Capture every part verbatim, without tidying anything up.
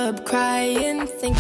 up crying, think...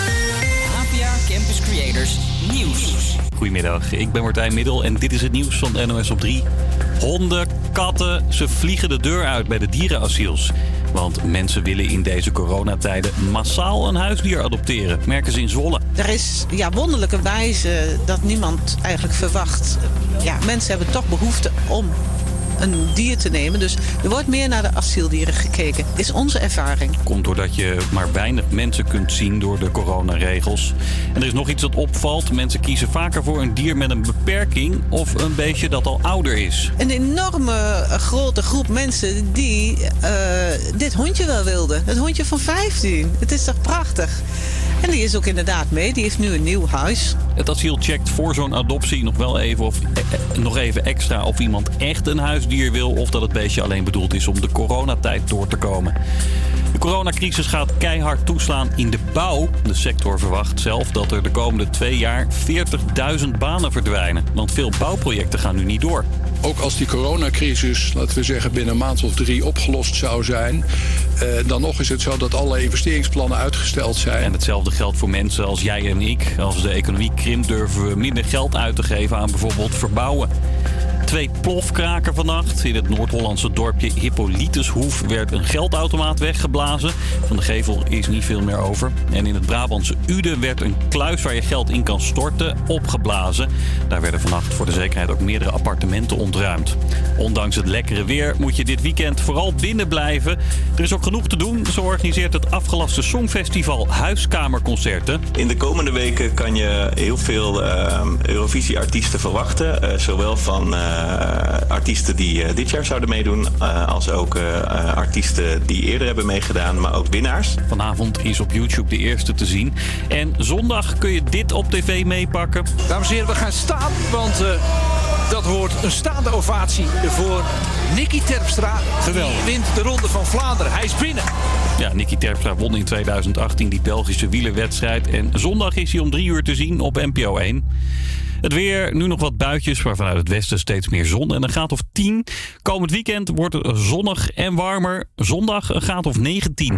H V A Campus Creators Nieuws. Goedemiddag, ik ben Martijn Middel en dit is het nieuws van N O S op drie. Honden, katten, ze vliegen de deur uit bij de dierenasiels. Want mensen willen in deze coronatijden massaal een huisdier adopteren, merken ze in Zwolle. Er is ja, wonderlijke wijze dat niemand eigenlijk verwacht. Ja, mensen hebben toch behoefte om een dier te nemen. Dus er wordt meer naar de asieldieren gekeken. Is onze ervaring. Komt doordat je maar weinig mensen kunt zien door de coronaregels. En er is nog iets dat opvalt. Mensen kiezen vaker voor een dier met een beperking of een beestje dat al ouder is. Een enorme grote groep mensen die uh, dit hondje wel wilden. Het hondje van vijftien. Het is toch prachtig? En die is ook inderdaad mee. Die heeft nu een nieuw huis. Het asiel checkt voor zo'n adoptie nog wel even, of, eh, nog even extra of iemand echt een huisdier wil of dat het beestje alleen bedoeld is om de coronatijd door te komen. De coronacrisis gaat keihard toeslaan in de bouw. De sector verwacht zelf dat er de komende twee jaar veertigduizend banen verdwijnen. Want veel bouwprojecten gaan nu niet door. Ook als die coronacrisis, laten we zeggen, binnen een maand of drie opgelost zou zijn, eh, dan nog is het zo dat alle investeringsplannen uitgesteld zijn. En hetzelfde geldt voor mensen als jij en ik. Als de economie krimpt, durven we minder geld uit te geven aan bijvoorbeeld verbouwen. Twee plofkraken vannacht. In het Noord-Hollandse dorpje Hippolytushoef werd een geldautomaat weggeblazen. Van de gevel is niet veel meer over. En in het Brabantse Uden werd een kluis waar je geld in kan storten opgeblazen. Daar werden vannacht voor de zekerheid ook meerdere appartementen ontruimd. Ondanks het lekkere weer moet je dit weekend vooral binnen blijven. Er is ook genoeg te doen. Zo organiseert het afgelaste Songfestival huiskamerconcerten. In de komende weken kan je heel veel uh, Eurovisie-artiesten verwachten. Uh, zowel van uh, artiesten die uh, dit jaar zouden meedoen, uh, als ook uh, uh, artiesten die eerder hebben meegedaan, maar ook winnaars. Vanavond is op YouTube de eerste te zien. En zondag kun je dit op tv meepakken. Dames en heren, we gaan staan, want uh, dat wordt een staande ovatie voor Nicky Terpstra. Geweldig. Die wint de Ronde van Vlaanderen. Hij is binnen. Ja, Nicky Terpstra won in tweeduizend achttien die Belgische wielerwedstrijd. En zondag is hij om drie uur te zien op N P O één. Het weer, nu nog wat buitjes, maar vanuit het westen steeds meer zon. En een graad of tien. Komend weekend wordt het zonnig en warmer. Zondag een graad of negentien.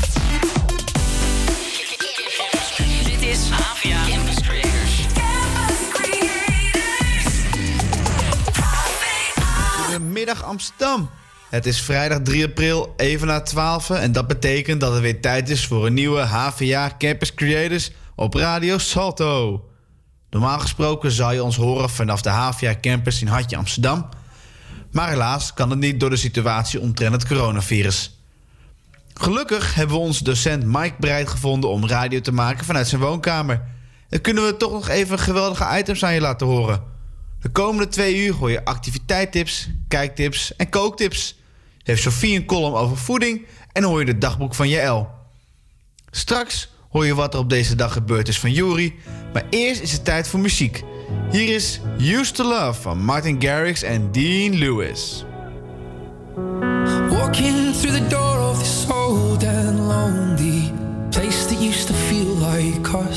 Dit is H V A Campus Creators. Goedemiddag Amsterdam. Het is vrijdag drie april, even na twaalf. En dat betekent dat het weer tijd is voor een nieuwe H V A Campus Creators op Radio Salto. Normaal gesproken zou je ons horen vanaf de H V A Campus in Hartje Amsterdam. Maar helaas kan het niet door de situatie omtrent het coronavirus. Gelukkig hebben we onze docent Mike bereid gevonden om radio te maken vanuit zijn woonkamer. En kunnen we toch nog even geweldige items aan je laten horen. De komende twee uur hoor je activiteitstips, kijktips en kooktips. Heeft Sophie een column over voeding en hoor je de dagboek van Jaël. Straks hoor je wat er op deze dag gebeurd is van Yuri. Maar eerst is het tijd voor muziek. Hier is Used to Love van Martin Garrix en Dean Lewis. Walking through the door of this old and lonely place that used to feel like us.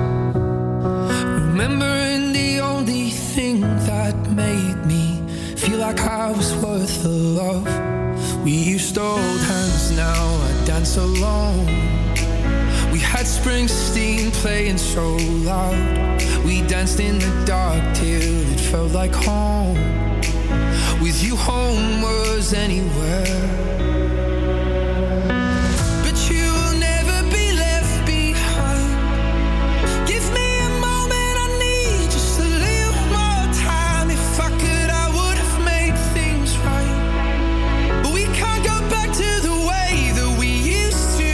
Remembering the only thing that made me feel like I was worth the love. We used to hold hands, now I dance alone. We had Springsteen playing so loud. We danced in the dark till it felt like home. With you home was anywhere. But you will never be left behind. Give me a moment, I need just a little more time. If I could, I would have made things right. But we can't go back to the way that we used to.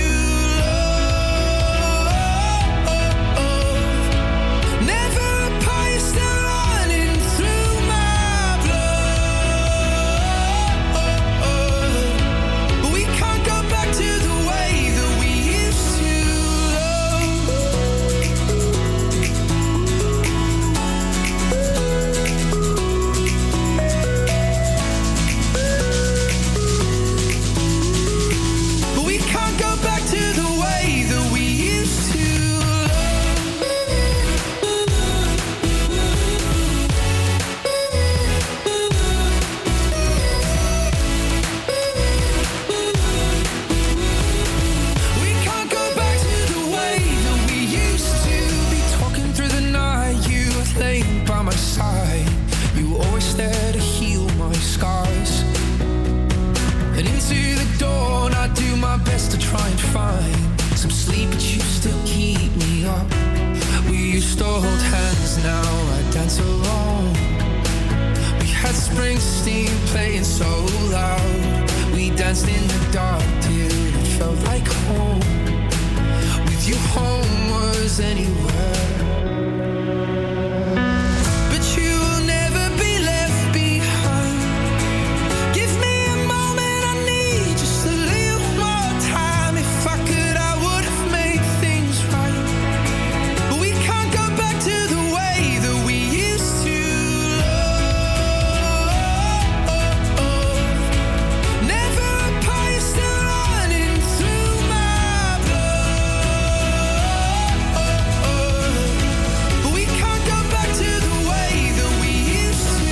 hands now, I dance alone. We had Springsteen playing so loud. We danced in the dark till it felt like home. With you home was anywhere. But you will never be left behind. Give me a moment, I need just a little more time. If I could, I would have made things right. But we can't go back to the way that we used to love. Never a part still running through my blood. But we can't go back to the way that we used to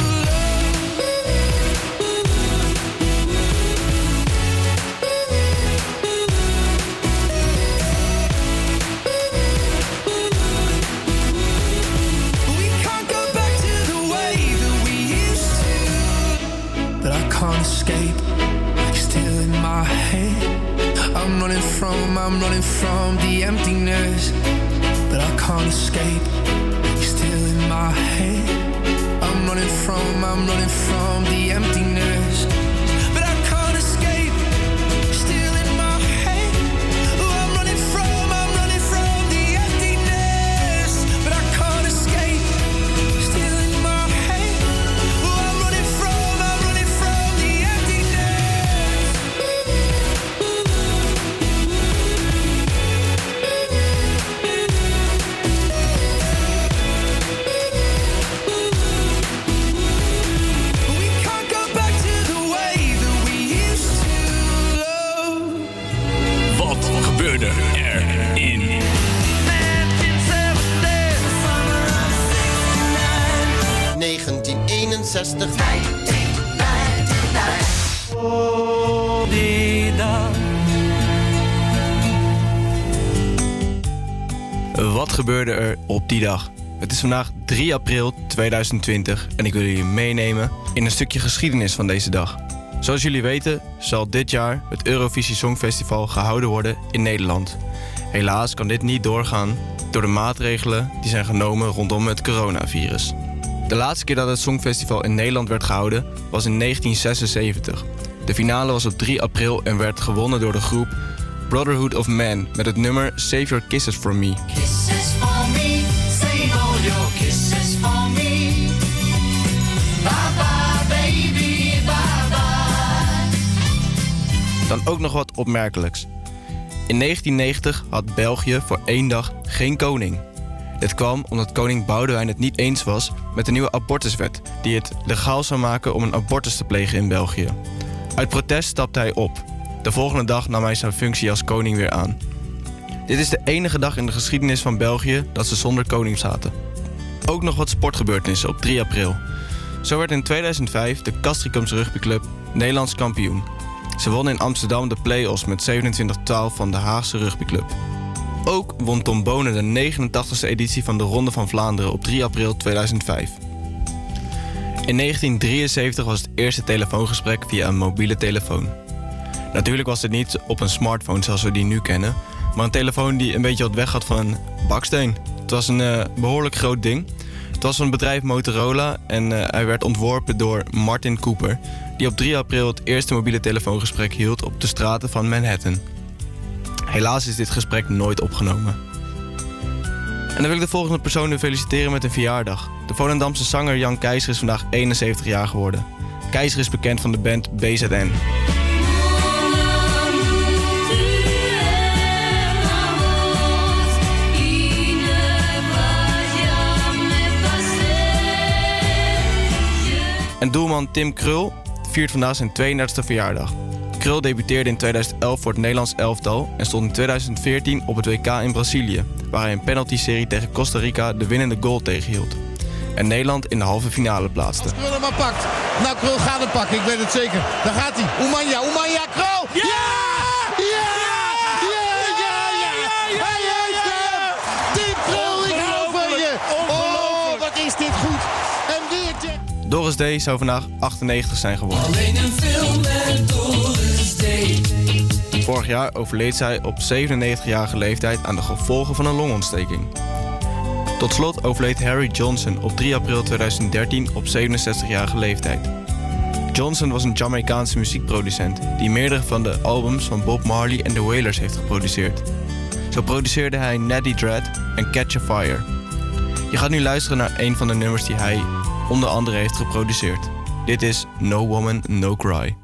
We can't go back to the way that we used to. But I can't escape. You're still in my head. I'm running from, I'm running from the emptiness. But I can't escape. You're still in my head. I'm running from, I'm running from the emptiness. But I can't escape. You're still in my head. Oh, I'm running from, I'm running from the emptiness. But I can't escape. You're still in my head. Oh, I'm running from, I'm running from the emptiness. We can't go back to the way that we used to love. Wat gebeurde er in negentien eenenzestig. Wat gebeurde er op die dag? Het is vandaag drie april tweeduizend twintig en ik wil jullie meenemen in een stukje geschiedenis van deze dag. Zoals jullie weten zal dit jaar het Eurovisie Songfestival gehouden worden in Nederland. Helaas kan dit niet doorgaan door de maatregelen die zijn genomen rondom het coronavirus. De laatste keer dat het Songfestival in Nederland werd gehouden was in negentien zesenzeventig. De finale was op drie april en werd gewonnen door de groep Brotherhood of Man met het nummer Save Your Kisses For Me. Kisses for me, save all your kisses for me. Bye bye baby, bye bye. Dan ook nog wat opmerkelijks. In negentien negentig had België voor één dag geen koning. Dit kwam omdat koning Boudewijn het niet eens was met de nieuwe abortuswet die het legaal zou maken om een abortus te plegen in België. Uit protest stapte hij op. De volgende dag nam hij zijn functie als koning weer aan. Dit is de enige dag in de geschiedenis van België dat ze zonder koning zaten. Ook nog wat sportgebeurtenissen op drie april. Zo werd in tweeduizend vijf de Castricums rugbyclub Nederlands kampioen. Ze wonnen in Amsterdam de play-offs met zevenentwintig twaalf van de Haagse rugbyclub. Ook won Tom Bonen de negenentachtigste editie van de Ronde van Vlaanderen op drie april tweeduizend vijf. In negentien drieënzeventig was het eerste telefoongesprek via een mobiele telefoon. Natuurlijk was dit niet op een smartphone zoals we die nu kennen, maar een telefoon die een beetje wat weg had van een baksteen. Het was een uh, behoorlijk groot ding. Het was van het bedrijf Motorola en uh, hij werd ontworpen door Martin Cooper, die op drie april het eerste mobiele telefoongesprek hield op de straten van Manhattan. Helaas is dit gesprek nooit opgenomen. En dan wil ik de volgende personen feliciteren met een verjaardag. De Volendamse zanger Jan Keizer is vandaag eenenzeventig jaar geworden. Keizer is bekend van de band B Z N. En doelman Tim Krul viert vandaag zijn tweeëndertigste verjaardag. Krul debuteerde in tweeduizend elf voor het Nederlands elftal en stond in tweeduizend veertien op het W K in Brazilië, waar hij een penalty-serie tegen Costa Rica de winnende goal tegenhield. En Nederland in de halve finale plaatste. Als Krul hem maar pakt. Nou, Krul gaat hem pakken, ik weet het zeker. Daar gaat hij. Oemanja, Oemanja, Krul! Ja! Ja! Ja! Ja! Ja! Ja! Hij heeft hem! Tim Krul, ik hou van je! Oh, wat is dit goed! En weer... Doris D. zou vandaag achtennegentig zijn geworden. Alleen een film met Doris D. Vorig jaar overleed zij op zevenennegentigjarige leeftijd aan de gevolgen van een longontsteking. Tot slot overleed Harry Johnson op drie april tweeduizend dertien op zevenenzestigjarige leeftijd. Johnson was een Jamaicaanse muziekproducent die meerdere van de albums van Bob Marley en The Wailers heeft geproduceerd. Zo produceerde hij Natty Dread en Catch a Fire. Je gaat nu luisteren naar een van de nummers die hij onder andere heeft geproduceerd. Dit is No Woman, No Cry.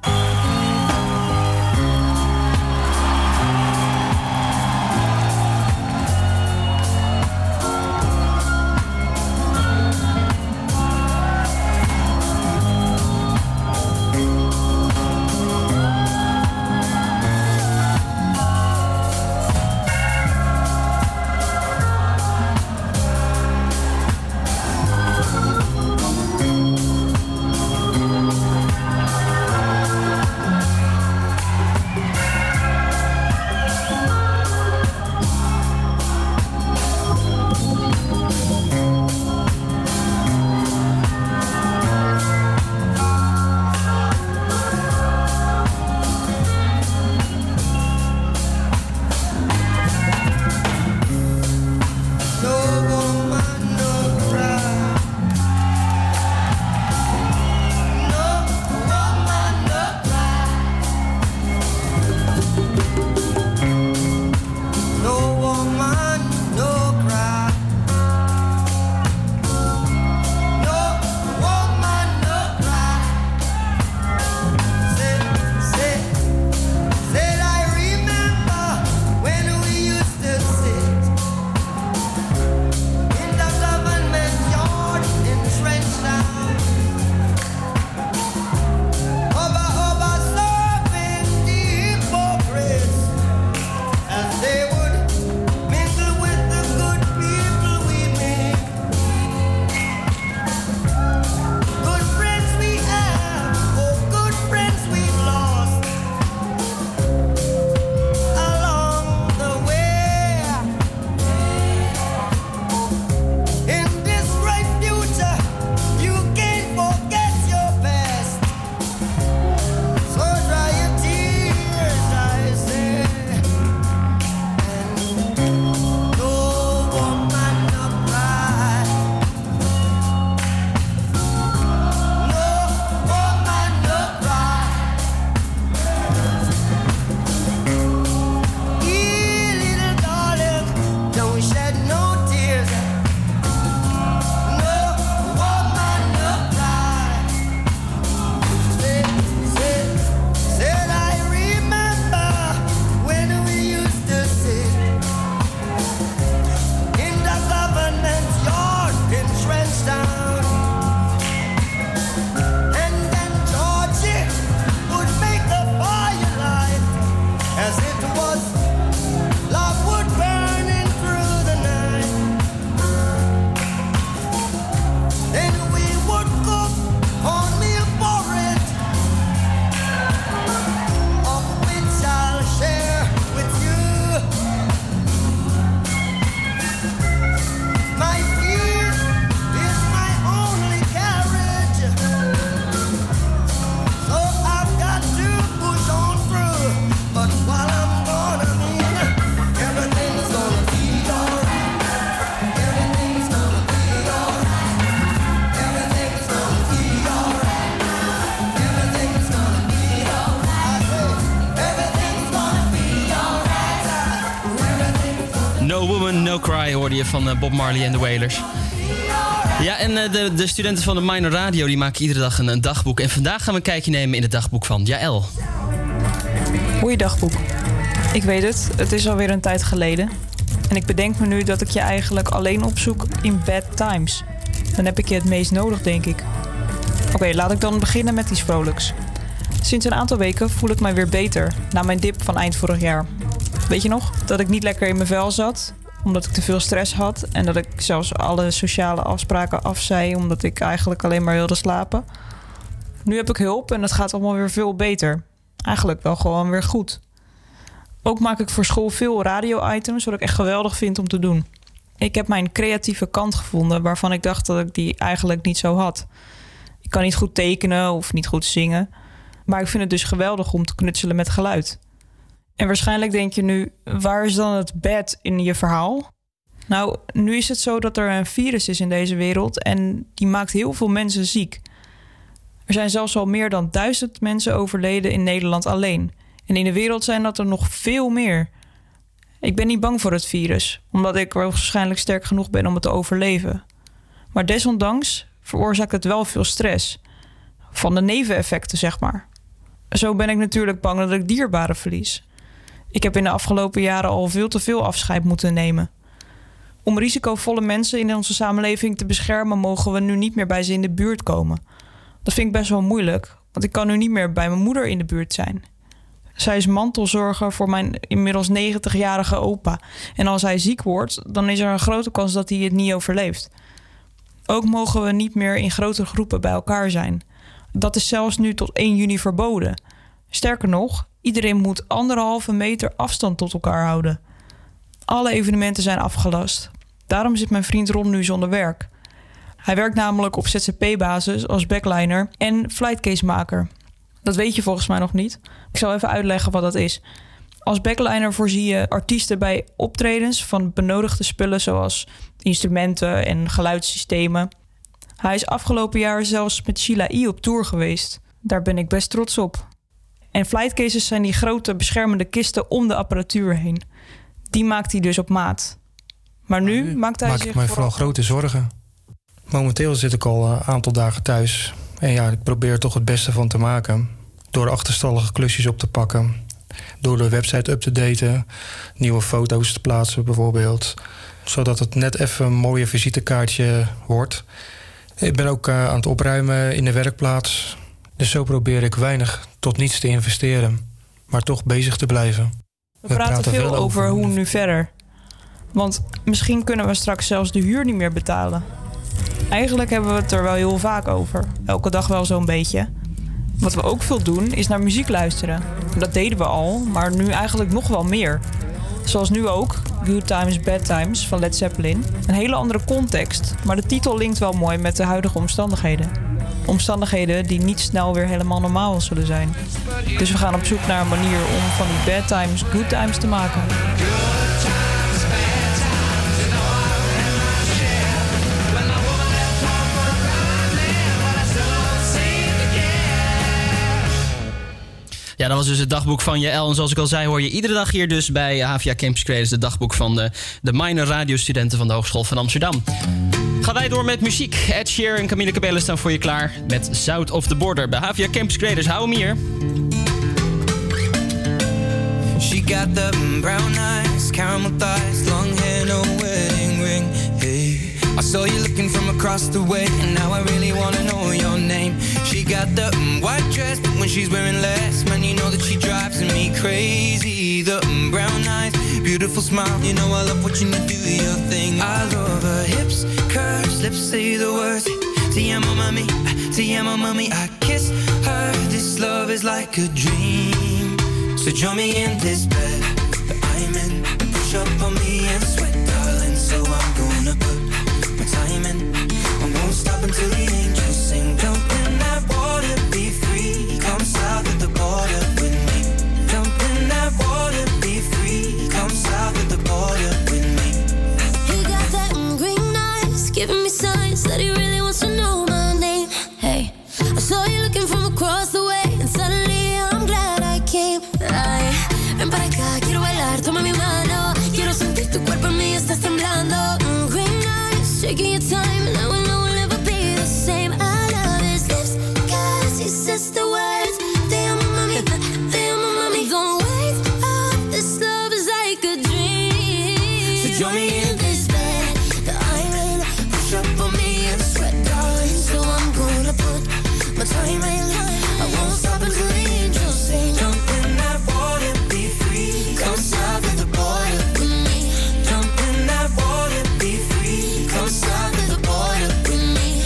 No Woman, No Cry hoorde je van Bob Marley en The Wailers. Ja, en de, de studenten van de Minor Radio die maken iedere dag een, een dagboek. En vandaag gaan we een kijkje nemen in het dagboek van Jaël. Hoi dagboek. Ik weet het, het is alweer een tijd geleden. En ik bedenk me nu dat ik je eigenlijk alleen opzoek in bad times. Dan heb ik je het meest nodig, denk ik. Oké, okay, laat ik dan beginnen met iets vrolijks. Sinds een aantal weken voel ik mij weer beter na mijn dip van eind vorig jaar. Weet je nog, dat ik niet lekker in mijn vel zat, omdat ik te veel stress had en dat ik zelfs alle sociale afspraken afzei omdat ik eigenlijk alleen maar wilde slapen. Nu heb ik hulp en het gaat allemaal weer veel beter. Eigenlijk wel gewoon weer goed. Ook maak ik voor school veel radio-items, wat ik echt geweldig vind om te doen. Ik heb mijn creatieve kant gevonden waarvan ik dacht dat ik die eigenlijk niet zo had. Ik kan niet goed tekenen of niet goed zingen, maar ik vind het dus geweldig om te knutselen met geluid. En waarschijnlijk denk je nu, waar is dan het bad in je verhaal? Nou, nu is het zo dat er een virus is in deze wereld en die maakt heel veel mensen ziek. Er zijn zelfs al meer dan duizend mensen overleden in Nederland alleen. En in de wereld zijn dat er nog veel meer. Ik ben niet bang voor het virus, omdat ik waarschijnlijk sterk genoeg ben om het te overleven. Maar desondanks veroorzaakt het wel veel stress. Van de neveneffecten, zeg maar. Zo ben ik natuurlijk bang dat ik dierbaren verlies. Ik heb in de afgelopen jaren al veel te veel afscheid moeten nemen. Om risicovolle mensen in onze samenleving te beschermen, mogen we nu niet meer bij ze in de buurt komen. Dat vind ik best wel moeilijk, want ik kan nu niet meer bij mijn moeder in de buurt zijn. Zij is mantelzorger voor mijn inmiddels negentigjarige opa. En als hij ziek wordt, dan is er een grote kans dat hij het niet overleeft. Ook mogen we niet meer in grote groepen bij elkaar zijn. Dat is zelfs nu tot één juni verboden. Sterker nog, iedereen moet anderhalve meter afstand tot elkaar houden. Alle evenementen zijn afgelast. Daarom zit mijn vriend Ron nu zonder werk. Hij werkt namelijk op Z Z P-basis als backliner en flightcase-maker. Dat weet je volgens mij nog niet. Ik zal even uitleggen wat dat is. Als backliner voorzie je artiesten bij optredens van benodigde spullen zoals instrumenten en geluidssystemen. Hij is afgelopen jaar zelfs met Sheila E. op tour geweest. Daar ben ik best trots op. En flightcases zijn die grote beschermende kisten om de apparatuur heen. Die maakt hij dus op maat. Maar nu, nu maakt hij maak zich ik mij vooral grote zorgen. Momenteel zit ik al een aantal dagen thuis. En ja, ik probeer er toch het beste van te maken. Door achterstallige klusjes op te pakken. Door de website up te daten. Nieuwe foto's te plaatsen bijvoorbeeld. Zodat het net even een mooie visitekaartje wordt. Ik ben ook uh, aan het opruimen in de werkplaats. Dus zo probeer ik weinig tot niets te investeren. Maar toch bezig te blijven. We, We praten, praten veel, veel over hoe nu verder. Want misschien kunnen we straks zelfs de huur niet meer betalen. Eigenlijk hebben we het er wel heel vaak over. Elke dag wel zo'n beetje. Wat we ook veel doen, is naar muziek luisteren. Dat deden we al, maar nu eigenlijk nog wel meer. Zoals nu ook, Good Times, Bad Times van Led Zeppelin. Een hele andere context, maar de titel linkt wel mooi met de huidige omstandigheden. Omstandigheden die niet snel weer helemaal normaal zullen zijn. Dus we gaan op zoek naar een manier om van die bad times good times te maken. Ja, dat was dus het dagboek van Jaël. En zoals ik al zei, hoor je iedere dag hier dus bij H V A Campus Creators het dagboek van de, de minor radiostudenten van de Hogeschool van Amsterdam. Gaan wij door met muziek. Ed Sheeran en Camille Cabello staan voor je klaar met South of the Border bij H V A Campus Creators. Hou hem hier. She got the brown eyes, caramel thighs, long hair, no wedding ring. Hey, I saw you looking from across the way, and now I really wanna know your name. She got the mm, white dress, but when she's wearing less, man, you know that she drives me crazy. The mm, brown eyes, beautiful smile, you know I love watching you do your thing. I love her hips, curves, lips say the words. Te amo, mami, te amo, mami. I kiss her. This love is like a dream. So join me in this bed that I'm in. Push up on me and sweat, darling. So I'm gonna put my time in. I won't stop until the angels sing. Jump in that water, be free. Come south of the border with me. Jump in that water, be free. Come south of the border with me. He got that green eyes, giving me signs that he really wants to know my name. Hey, I saw you looking from across the way, and suddenly I'm glad I came. Ay, ven para acá, quiero bailar, toma mi mano. Quiero sentir tu cuerpo en mí, estás temblando. Mm, green eyes, shaking your time, and I will know we'll never be the same. I love his lips, cause he says the words. Te amo, mami, te amo, mami. Don't wake up, this love is like a dream. So join me in this bed that I'm in. Push up on me and sweat, darling. So I'm gonna put my time in. I won't stop until the angels sing. Jump in that water, be free. Come south of the border with me. Jump in that water, be free. Come south of the border with me.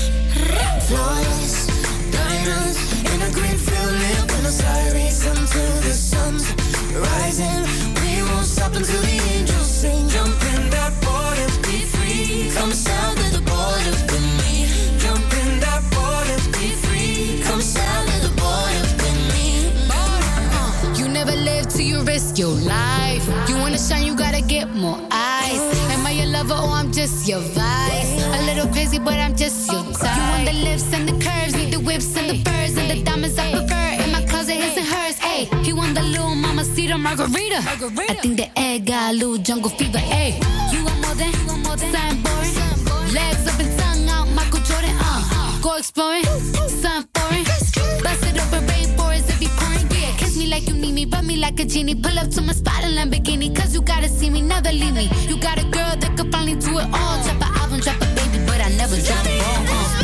Flawless Diamonds in a green field near Buenos Aires until the sun's rising. We won't stop until the angels sing. Jump in that water, be free. Come south of the border with me. Jump in that water, be free. Come south of the border with me. You never live till you risk your life. You wanna shine, you gotta get more eyes. Am I your lover or just your vibe. A little crazy, but I'm just your type. You want the lips and the curves, need the whips and the furs and the diamonds I prefer. In my closet, his and hers. Ayy, he want the little mama cedar margarita. I think the egg got a little jungle fever. Ayy, you want more than, you want more than something boring. Legs up and tongue out, Michael Jordan. Uh, go exploring, something foreign. Bust it open, rainforest if you pouring. Yeah, kiss me like you need me, rub me like a genie. Pull up to my spot in Lamborghini, cause you gotta see me, never leave me. You got a girl that could finally do it all. Drop an album, drop a baby, but I never drop a ball. Uh.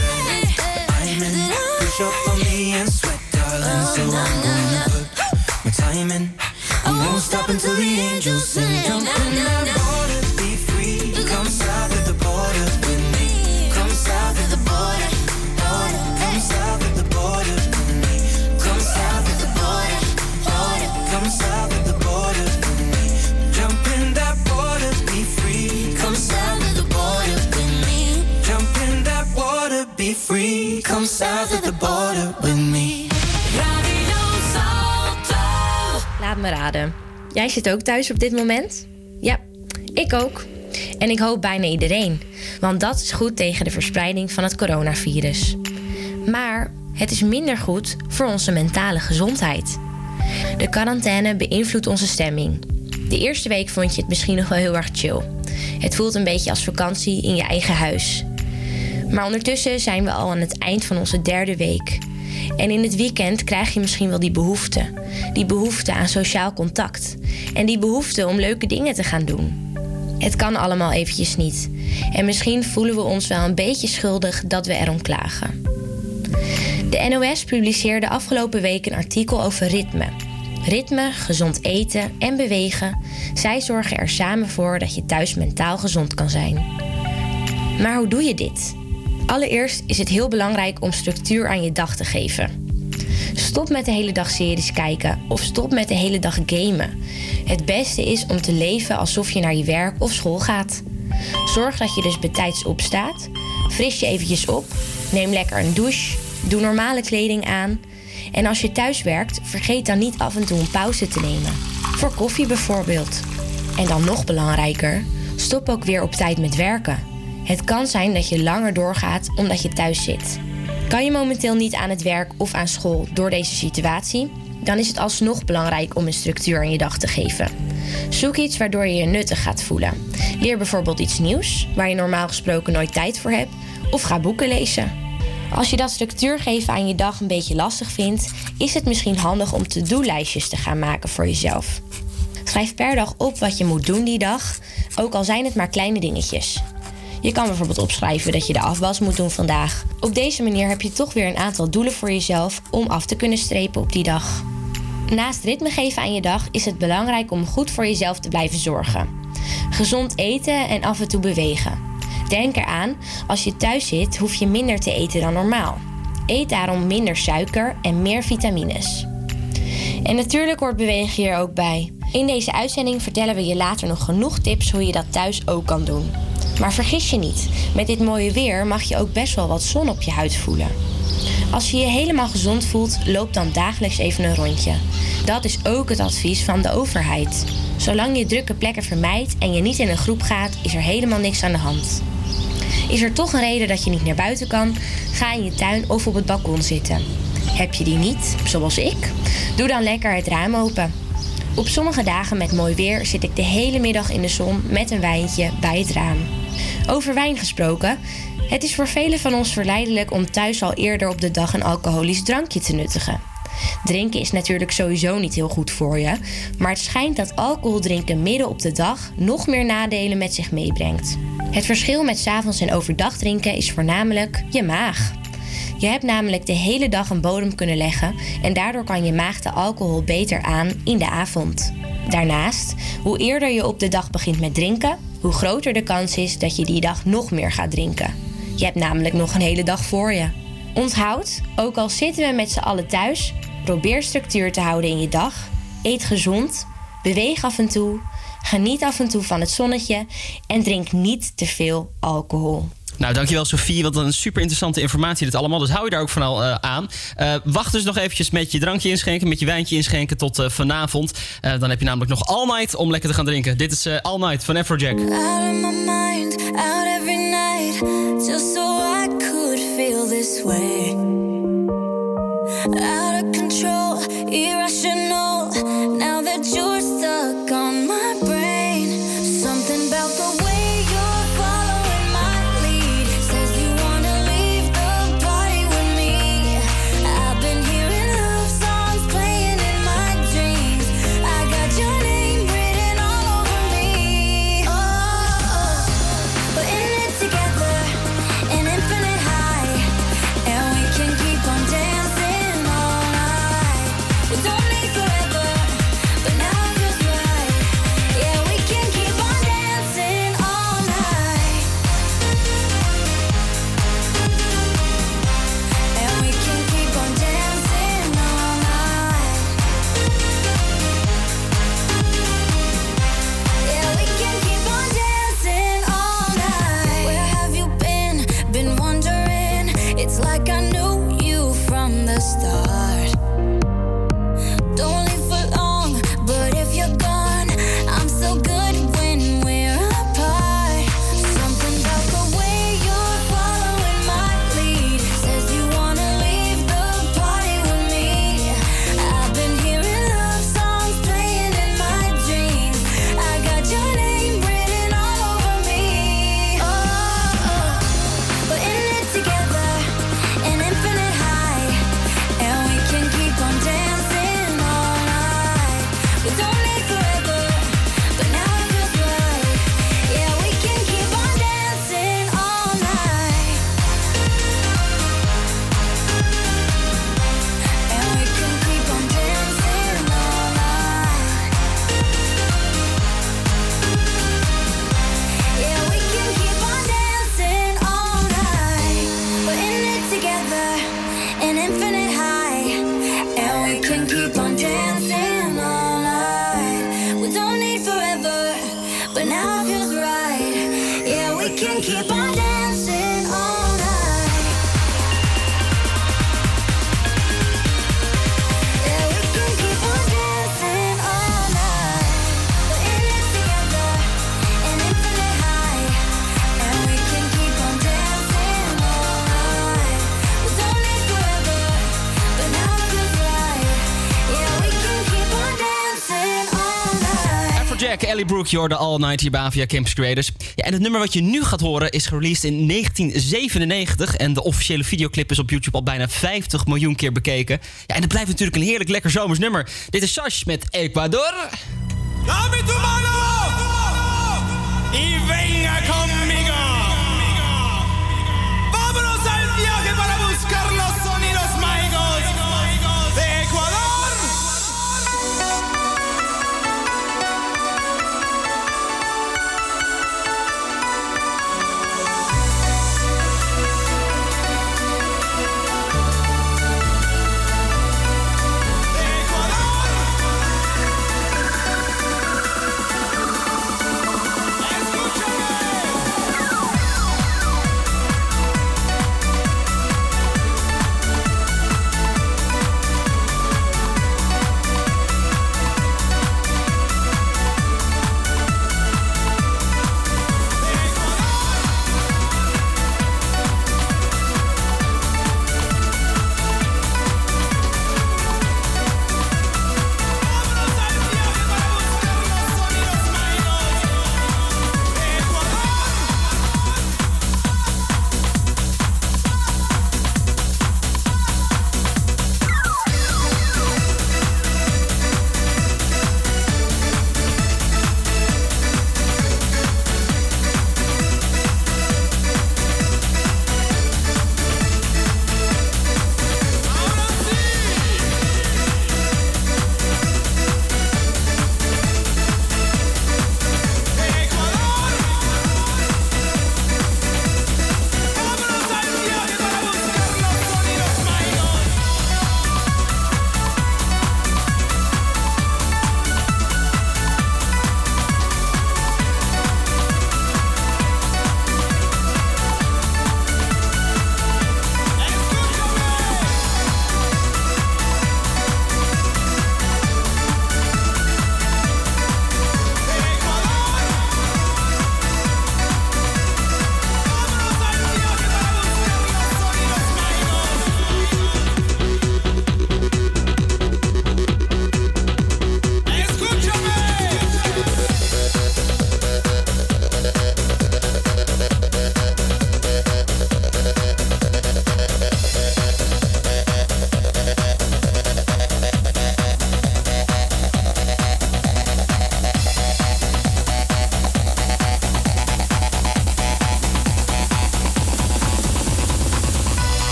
I'm in, push up on me and sweat, darling. So I'm gonna put my time in. I won't stop until the angels sing. Jump in that water, be free. Come south of the border with me. Come south of the border, border. Come south of the border with me. Come south of the border, border. Come south of the border with me. Jump in that water, be free. Come south of the border with me. Jump in that water, be free. Come south of the border with me. Radio Salto. Laat me raden. Jij zit ook thuis op dit moment? Ja, ik ook. En ik hoop bijna iedereen. Want dat is goed tegen de verspreiding van het coronavirus. Maar het is minder goed voor onze mentale gezondheid. De quarantaine beïnvloedt onze stemming. De eerste week vond je het misschien nog wel heel erg chill. Het voelt een beetje als vakantie in je eigen huis. Maar ondertussen zijn we al aan het eind van onze derde week. En in het weekend krijg je misschien wel die behoefte. Die behoefte aan sociaal contact. En die behoefte om leuke dingen te gaan doen. Het kan allemaal eventjes niet. En misschien voelen we ons wel een beetje schuldig dat we erom klagen. De N O S publiceerde afgelopen week een artikel over ritme. Ritme, gezond eten en bewegen. Zij zorgen er samen voor dat je thuis mentaal gezond kan zijn. Maar hoe doe je dit? Allereerst is het heel belangrijk om structuur aan je dag te geven. Stop met de hele dag series kijken of stop met de hele dag gamen. Het beste is om te leven alsof je naar je werk of school gaat. Zorg dat je dus betijds opstaat. Fris je eventjes op. Neem lekker een douche. Doe normale kleding aan. En als je thuis werkt, vergeet dan niet af en toe een pauze te nemen. Voor koffie bijvoorbeeld. En dan nog belangrijker, stop ook weer op tijd met werken. Het kan zijn dat je langer doorgaat omdat je thuis zit. Kan je momenteel niet aan het werk of aan school door deze situatie? Dan is het alsnog belangrijk om een structuur aan je dag te geven. Zoek iets waardoor je je nuttig gaat voelen. Leer bijvoorbeeld iets nieuws, waar je normaal gesproken nooit tijd voor hebt. Of ga boeken lezen. Als je dat structuur geven aan je dag een beetje lastig vindt, is het misschien handig om to-do-lijstjes te gaan maken voor jezelf. Schrijf per dag op wat je moet doen die dag, ook al zijn het maar kleine dingetjes. Je kan bijvoorbeeld opschrijven dat je de afwas moet doen vandaag. Op deze manier heb je toch weer een aantal doelen voor jezelf om af te kunnen strepen op die dag. Naast ritme geven aan je dag is het belangrijk om goed voor jezelf te blijven zorgen. Gezond eten en af en toe bewegen. Denk eraan, als je thuis zit hoef je minder te eten dan normaal. Eet daarom minder suiker en meer vitamines. En natuurlijk hoort bewegen hier ook bij. In deze uitzending vertellen we je later nog genoeg tips hoe je dat thuis ook kan doen. Maar vergis je niet, met dit mooie weer mag je ook best wel wat zon op je huid voelen. Als je je helemaal gezond voelt, loop dan dagelijks even een rondje. Dat is ook het advies van de overheid. Zolang je drukke plekken vermijdt en je niet in een groep gaat, is er helemaal niks aan de hand. Is er toch een reden dat je niet naar buiten kan? Ga in je tuin of op het balkon zitten. Heb je die niet, zoals ik? Doe dan lekker het raam open. Op sommige dagen met mooi weer zit ik de hele middag in de zon met een wijntje bij het raam. Over wijn gesproken, het is voor velen van ons verleidelijk om thuis al eerder op de dag een alcoholisch drankje te nuttigen. Drinken is natuurlijk sowieso niet heel goed voor je, maar het schijnt dat alcohol drinken midden op de dag nog meer nadelen met zich meebrengt. Het verschil met 's avonds en overdag drinken is voornamelijk je maag. Je hebt namelijk de hele dag een bodem kunnen leggen en daardoor kan je maag de alcohol beter aan in de avond. Daarnaast, hoe eerder je op de dag begint met drinken, hoe groter de kans is dat je die dag nog meer gaat drinken. Je hebt namelijk nog een hele dag voor je. Onthoud, ook al zitten we met z'n allen thuis, probeer structuur te houden in je dag. Eet gezond, beweeg af en toe, geniet af en toe van het zonnetje en drink niet te veel alcohol. Nou, dankjewel Sophie, wat een super interessante informatie dit allemaal. Dus hou je daar ook van al uh, aan. Uh, wacht dus nog eventjes met je drankje inschenken, met je wijntje inschenken tot uh, vanavond. Uh, dan heb je namelijk nog All Night om lekker te gaan drinken. Dit is uh, All Night van Afrojack. Out of my mind, out every night, just so I could feel this way. Out of control, irrational, now that you're stuck on my brain. Something about the way you're following my lead says you wanna leave the party with me. I've been hearing love songs playing in my dreams. I got your name written all over me. Oh, we're in it together, an infinite high, and we can keep on dancing all night. We don't need forever, but now it feels right. Yeah, we can keep on dancing all night, and we can keep on dancing all night. Yeah, we can keep on dancing all night. Where have you been? Been wondering. It's like I knew you from the start. Don't leave for long, but if you're gone, I'm so good when we're apart. Something about the way you're following my lead says you wanna leave the party with me. I've been hearing love songs playing in my dreams. I got your name written all over me. Oh, we're in it together, an infinite high, and we can keep on dancing all night. We don't need forever, but now it feels right. Yeah, we can keep on dancing all night, and we can keep on dancing all night. Yeah, we can keep on dancing all night. We're in it together, an infinite high, and we can keep on dancing all night. We don't need forever, but now it feels right. Yeah, we can keep on dancing all night. Yeah, we can keep on dancing all night. We're in it together, an infinite high, and we can keep on dancing all night. We don't need forever, but now it feels right. Yeah, we can keep on dancing all night. Afrojack, Ellie Brooke, je hoorde All Night hier bij Avia Campus Creators. Ja, en het nummer wat je nu gaat horen is gereleased in negentien zevenennegentig. En de officiële videoclip is op YouTube al bijna vijftig miljoen keer bekeken. Ja, en het blijft natuurlijk een heerlijk lekker zomers nummer. Dit is Sash met Ecuador. Dame tu mano y venga conmigo. Vámonos al viaje para buscar los sonidos mágicos de Ecuador.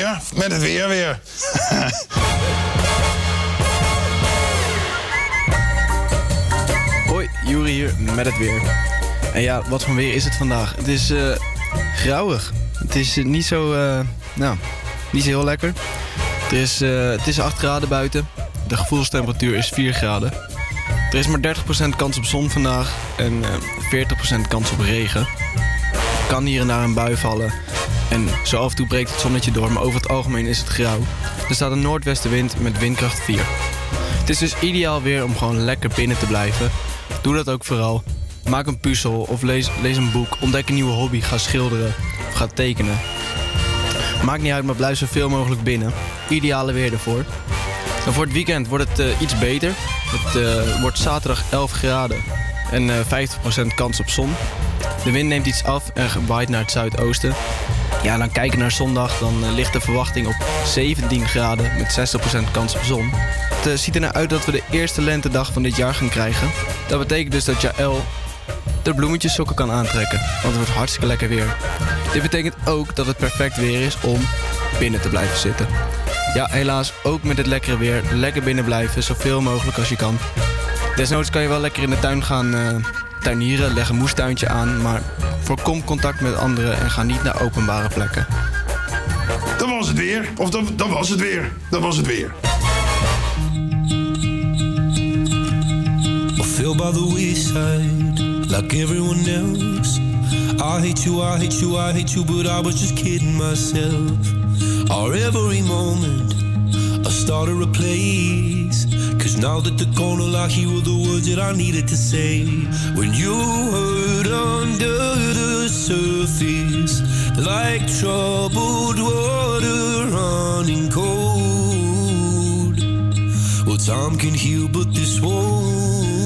hier met het weer weer. Hoi, Juri hier met het weer. En ja, wat voor weer is het vandaag? Het is uh, grauwig. Het is uh, niet zo, uh, nou, niet zo heel lekker. Er is, uh, het is acht graden buiten. De gevoelstemperatuur is vier graden. Er is maar dertig procent kans op zon vandaag en uh, veertig procent kans op regen. Er kan hier en daar een bui vallen. En zo af en toe breekt het zonnetje door, maar over het algemeen is het grauw. Er staat een noordwestenwind met windkracht vier. Het is dus ideaal weer om gewoon lekker binnen te blijven. Doe dat ook vooral. Maak een puzzel of lees, lees een boek. Ontdek een nieuwe hobby. Ga schilderen of ga tekenen. Maakt niet uit, maar blijf zoveel mogelijk binnen. Ideale weer ervoor. En voor het weekend wordt het uh, iets beter. Het uh, wordt zaterdag elf graden en uh, vijftig procent kans op zon. De wind neemt iets af en waait naar het zuidoosten. Ja, dan kijken naar zondag, dan uh, ligt de verwachting op zeventien graden met zestig procent kans op zon. Het uh, ziet er naar uit dat we de eerste lentedag van dit jaar gaan krijgen. Dat betekent dus dat Jaël de bloemetjessokken kan aantrekken, want het wordt hartstikke lekker weer. Dit betekent ook dat het perfect weer is om binnen te blijven zitten. Ja, helaas ook met het lekkere weer. Lekker binnen blijven, zoveel mogelijk als je kan. Desnoods kan je wel lekker in de tuin gaan uh, tuinieren, leg een moestuintje aan, maar voorkom contact met anderen en ga niet naar openbare plekken. Dat was het weer. Of dat, dat was het weer. Dat was het weer. I feel by the wayside, like everyone else. I hate you, I hate you, I hate you, but I was just kidding myself. Our every moment, I started a place. Cause now that the corner lock, here were the words that I needed to say. When you hurt under the surface, like troubled water running cold. Well, time can heal, but this won't.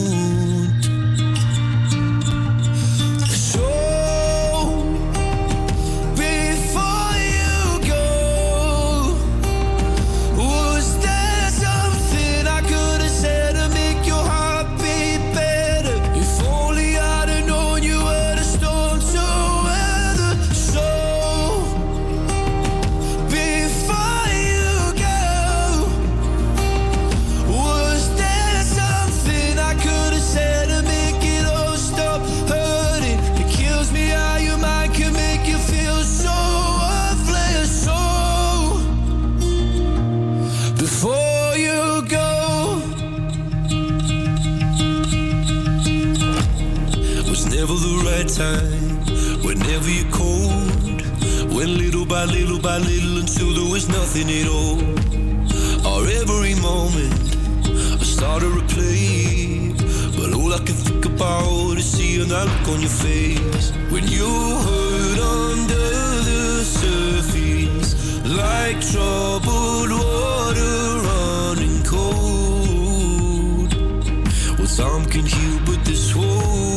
Time, whenever you're cold, when little by little by little until there was nothing at all. Or every moment I started to replay, but all I can think about is seeing that look on your face. When you hurt under the surface, like troubled water running cold. Well, time can heal, but this won't.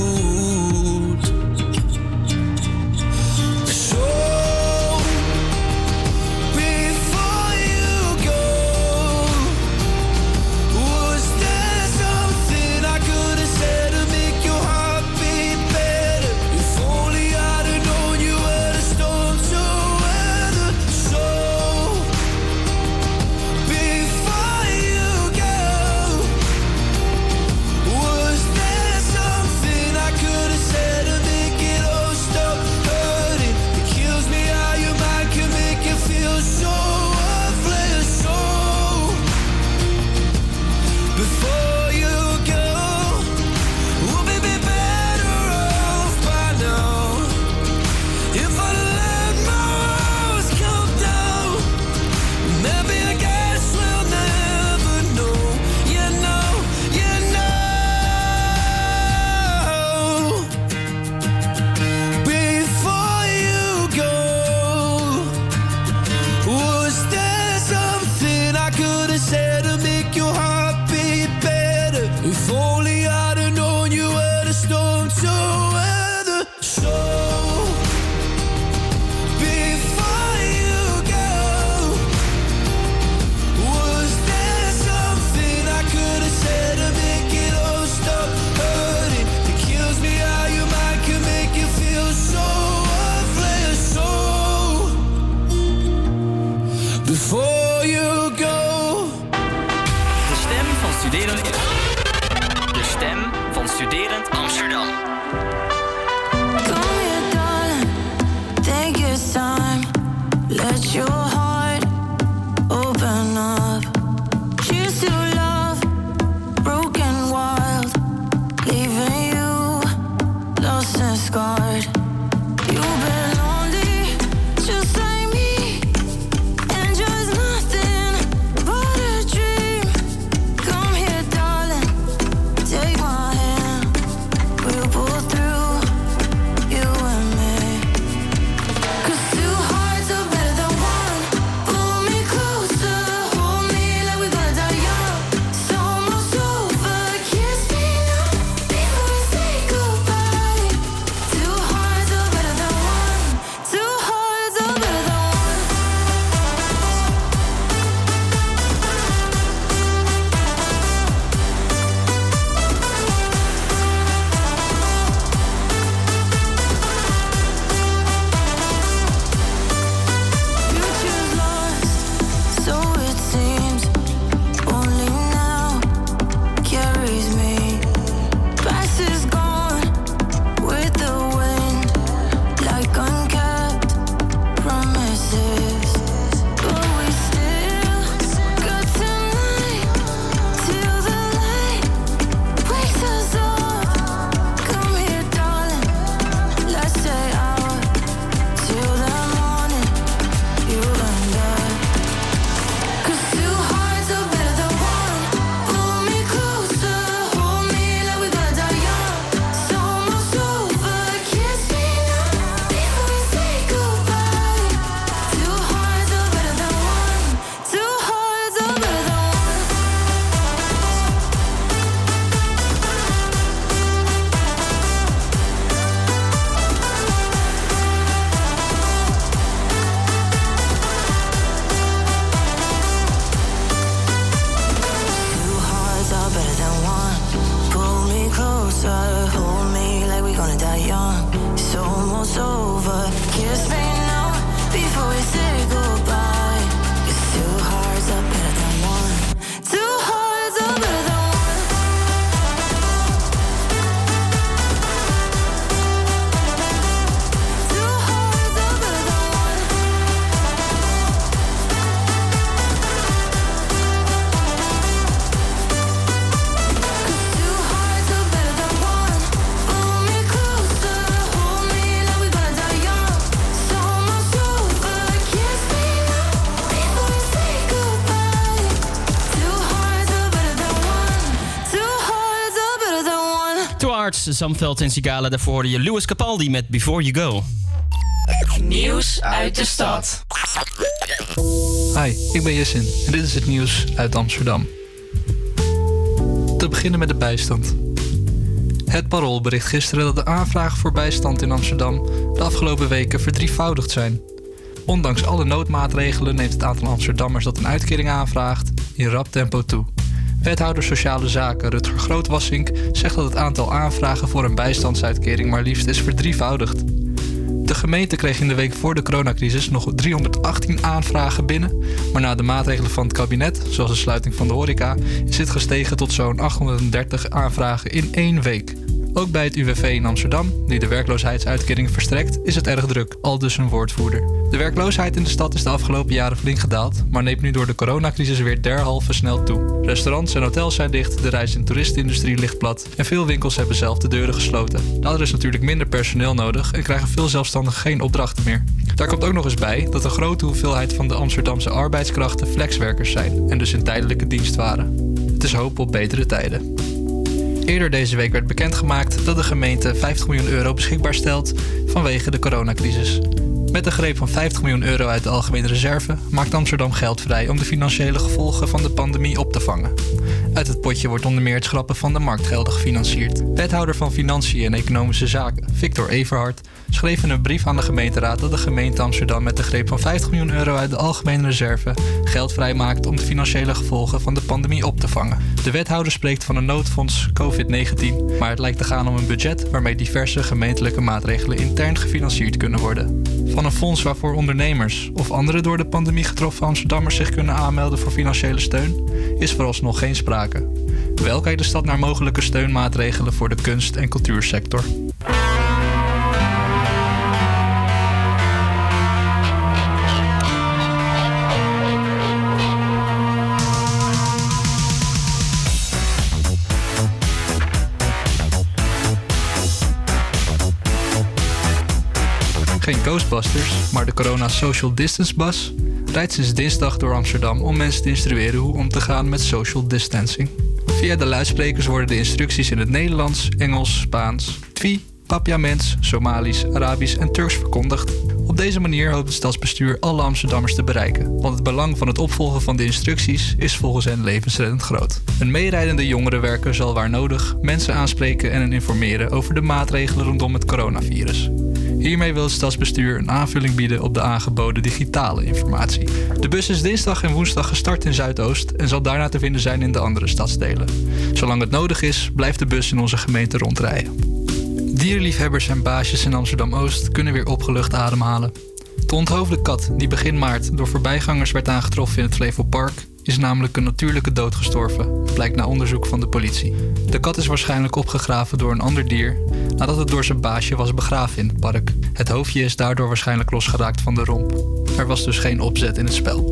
Inspirerend Amsterdam. Come here, darling, take your time. Let your heart open up. Cheers to love, broken wild, leaving you lost and scarred. You've been lonely, just like me, and just nothing but a dream. Come here, darling, take my hand. We'll pull through, you and me. 'Cause two hearts are better than one. Pull me closer, hold me like we're gonna die young. It's almost over, kiss me now before we say goodbye. Two hearts are better than one. Two hearts are better than one. Future's lost, so it seems. Only now carries me. Past is gone with the wind, like unkept promises. But we still got tonight till the light wakes us up. Come here, darling, let's stay out till the morning, you and I. 'Cause two hearts are better than one. Pull me closer, hold me like we're gonna die young. It's almost over, kiss me now before we say goodbye. Two hearts are better than one. Two hearts are better than one. Two hearts are better than one. Pull me closer, hold me like we're gonna die young. It's almost over, kiss me now before we say goodbye. 'Cause two hearts are better than one. Two hearts are better than one. Two hearts are better than one. Two hearts are better than one. Pull me closer, hold me like we're gonna die young. It's almost over, kiss me now before we say goodbye. Two hearts are better than one. Two hearts are better than one. Two Hearts, Zandveld en Sigala. Daarvoor hoorde je Louis Capaldi met Before You Go. Nieuws uit de stad. Hi, ik ben Jessin en dit is het nieuws uit Amsterdam. Te beginnen met de bijstand. Het Parool bericht gisteren dat de aanvragen voor bijstand in Amsterdam de afgelopen weken verdrievoudigd zijn. Ondanks alle noodmaatregelen neemt het aantal Amsterdammers dat een uitkering aanvraagt in rap tempo toe. Wethouder Sociale Zaken Rutger Grootwassink zegt dat het aantal aanvragen voor een bijstandsuitkering maar liefst is verdrievoudigd. De gemeente kreeg in de week voor de coronacrisis nog driehonderdachttien aanvragen binnen, maar na de maatregelen van het kabinet, zoals de sluiting van de horeca, is dit gestegen tot zo'n achthonderddertig aanvragen in één week. Ook bij het U W V in Amsterdam, die de werkloosheidsuitkering verstrekt, is het erg druk, aldus een woordvoerder. De werkloosheid in de stad is de afgelopen jaren flink gedaald, maar neemt nu door de coronacrisis weer derhalve snel toe. Restaurants en hotels zijn dicht, de reis- en toeristenindustrie ligt plat en veel winkels hebben zelf de deuren gesloten. Daardoor is natuurlijk minder personeel nodig en krijgen veel zelfstandigen geen opdrachten meer. Daar komt ook nog eens bij dat een grote hoeveelheid van de Amsterdamse arbeidskrachten flexwerkers zijn en dus in tijdelijke dienst waren. Het is hoop op betere tijden. Eerder deze week werd bekendgemaakt dat de gemeente vijftig miljoen euro beschikbaar stelt vanwege de coronacrisis. Met een greep van vijftig miljoen euro uit de algemene reserve maakt Amsterdam geld vrij om de financiële gevolgen van de pandemie op te vangen. Uit het potje wordt onder meer het schrappen van de marktgelden gefinancierd. Wethouder van Financiën en Economische Zaken, Victor Everhard, schreef in een brief aan de gemeenteraad dat de gemeente Amsterdam met de greep van vijftig miljoen euro uit de algemene reserve geld vrijmaakt om de financiële gevolgen van de pandemie op te vangen. De wethouder spreekt van een noodfonds covid negentien, maar het lijkt te gaan om een budget waarmee diverse gemeentelijke maatregelen intern gefinancierd kunnen worden. Van een fonds waarvoor ondernemers of andere door de pandemie getroffen Amsterdammers zich kunnen aanmelden voor financiële steun, is vooralsnog geen sprake. Wel kijkt de stad naar mogelijke steunmaatregelen voor de kunst- en cultuursector. Geen Ghostbusters, maar de Corona Social Distance Bus rijdt sinds dinsdag door Amsterdam om mensen te instrueren hoe om te gaan met social distancing. Via de luidsprekers worden de instructies in het Nederlands, Engels, Spaans, Twi, Papiaments, Somalisch, Arabisch en Turks verkondigd. Op deze manier hoopt het stadsbestuur alle Amsterdammers te bereiken, want het belang van het opvolgen van de instructies is volgens hen levensreddend groot. Een meerijdende jongerenwerker zal waar nodig mensen aanspreken en hen informeren over de maatregelen rondom het coronavirus. Hiermee wil het stadsbestuur een aanvulling bieden op de aangeboden digitale informatie. De bus is dinsdag en woensdag gestart in Zuidoost en zal daarna te vinden zijn in de andere stadsdelen. Zolang het nodig is, blijft de bus in onze gemeente rondrijden. Dierliefhebbers en baasjes in Amsterdam-Oost kunnen weer opgelucht ademhalen. De onthoofde kat, die begin maart door voorbijgangers werd aangetroffen in het Flevopark, is namelijk een natuurlijke dood gestorven, blijkt na onderzoek van de politie. De kat is waarschijnlijk opgegraven door een ander dier nadat het door zijn baasje was begraven in het park. Het hoofdje is daardoor waarschijnlijk losgeraakt van de romp. Er was dus geen opzet in het spel.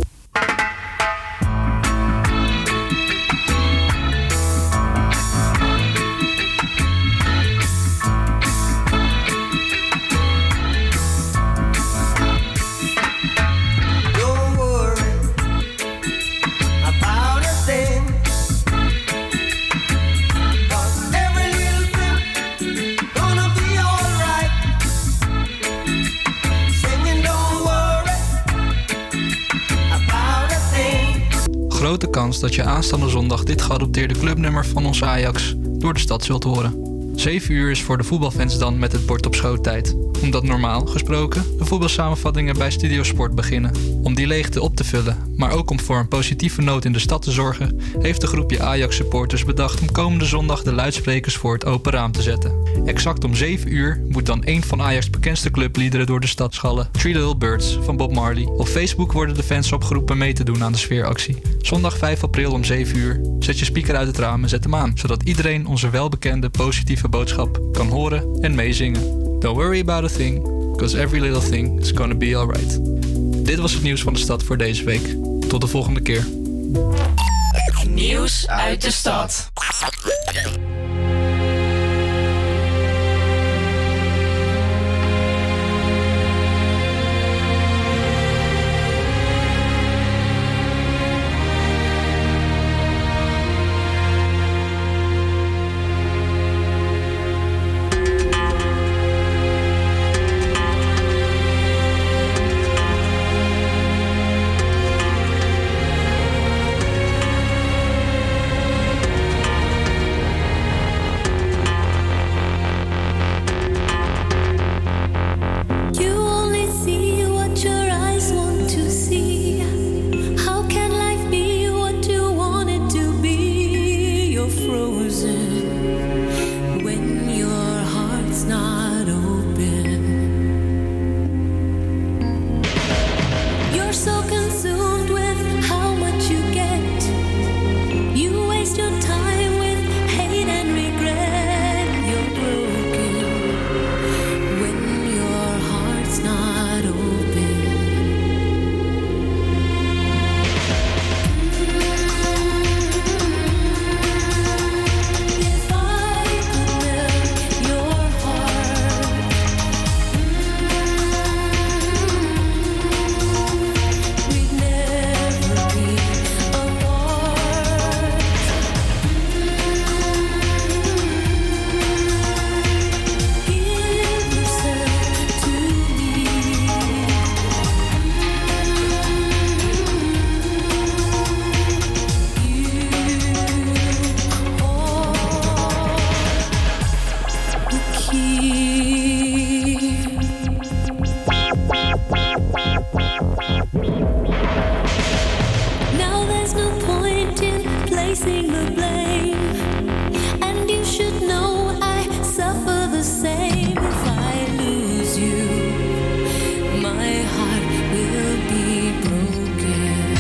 Grote kans dat je aanstaande zondag dit geadopteerde clubnummer van ons Ajax door de stad zult horen. zeven uur is voor de voetbalfans dan met het bord op schoot tijd, omdat normaal gesproken de voetbalsamenvattingen bij Studio Sport beginnen. Om die leegte op te vullen, maar ook om voor een positieve noot in de stad te zorgen, heeft een groepje Ajax-supporters bedacht om komende zondag de luidsprekers voor het open raam te zetten. Exact om zeven uur moet dan een van Ajax' bekendste clubliederen door de stad schallen, Three Little Birds van Bob Marley. Op Facebook worden de fans opgeroepen mee te doen aan de sfeeractie. Zondag vijf april om zeven uur. Zet je speaker uit het raam en zet hem aan, zodat iedereen onze welbekende positieve boodschap kan horen en meezingen. Don't worry about a thing, because every little thing is gonna be alright. Dit was het nieuws van de stad voor deze week. Tot de volgende keer. Nieuws uit de stad. placing the blame. And you should know I suffer the same. If I lose you, my heart will be broken.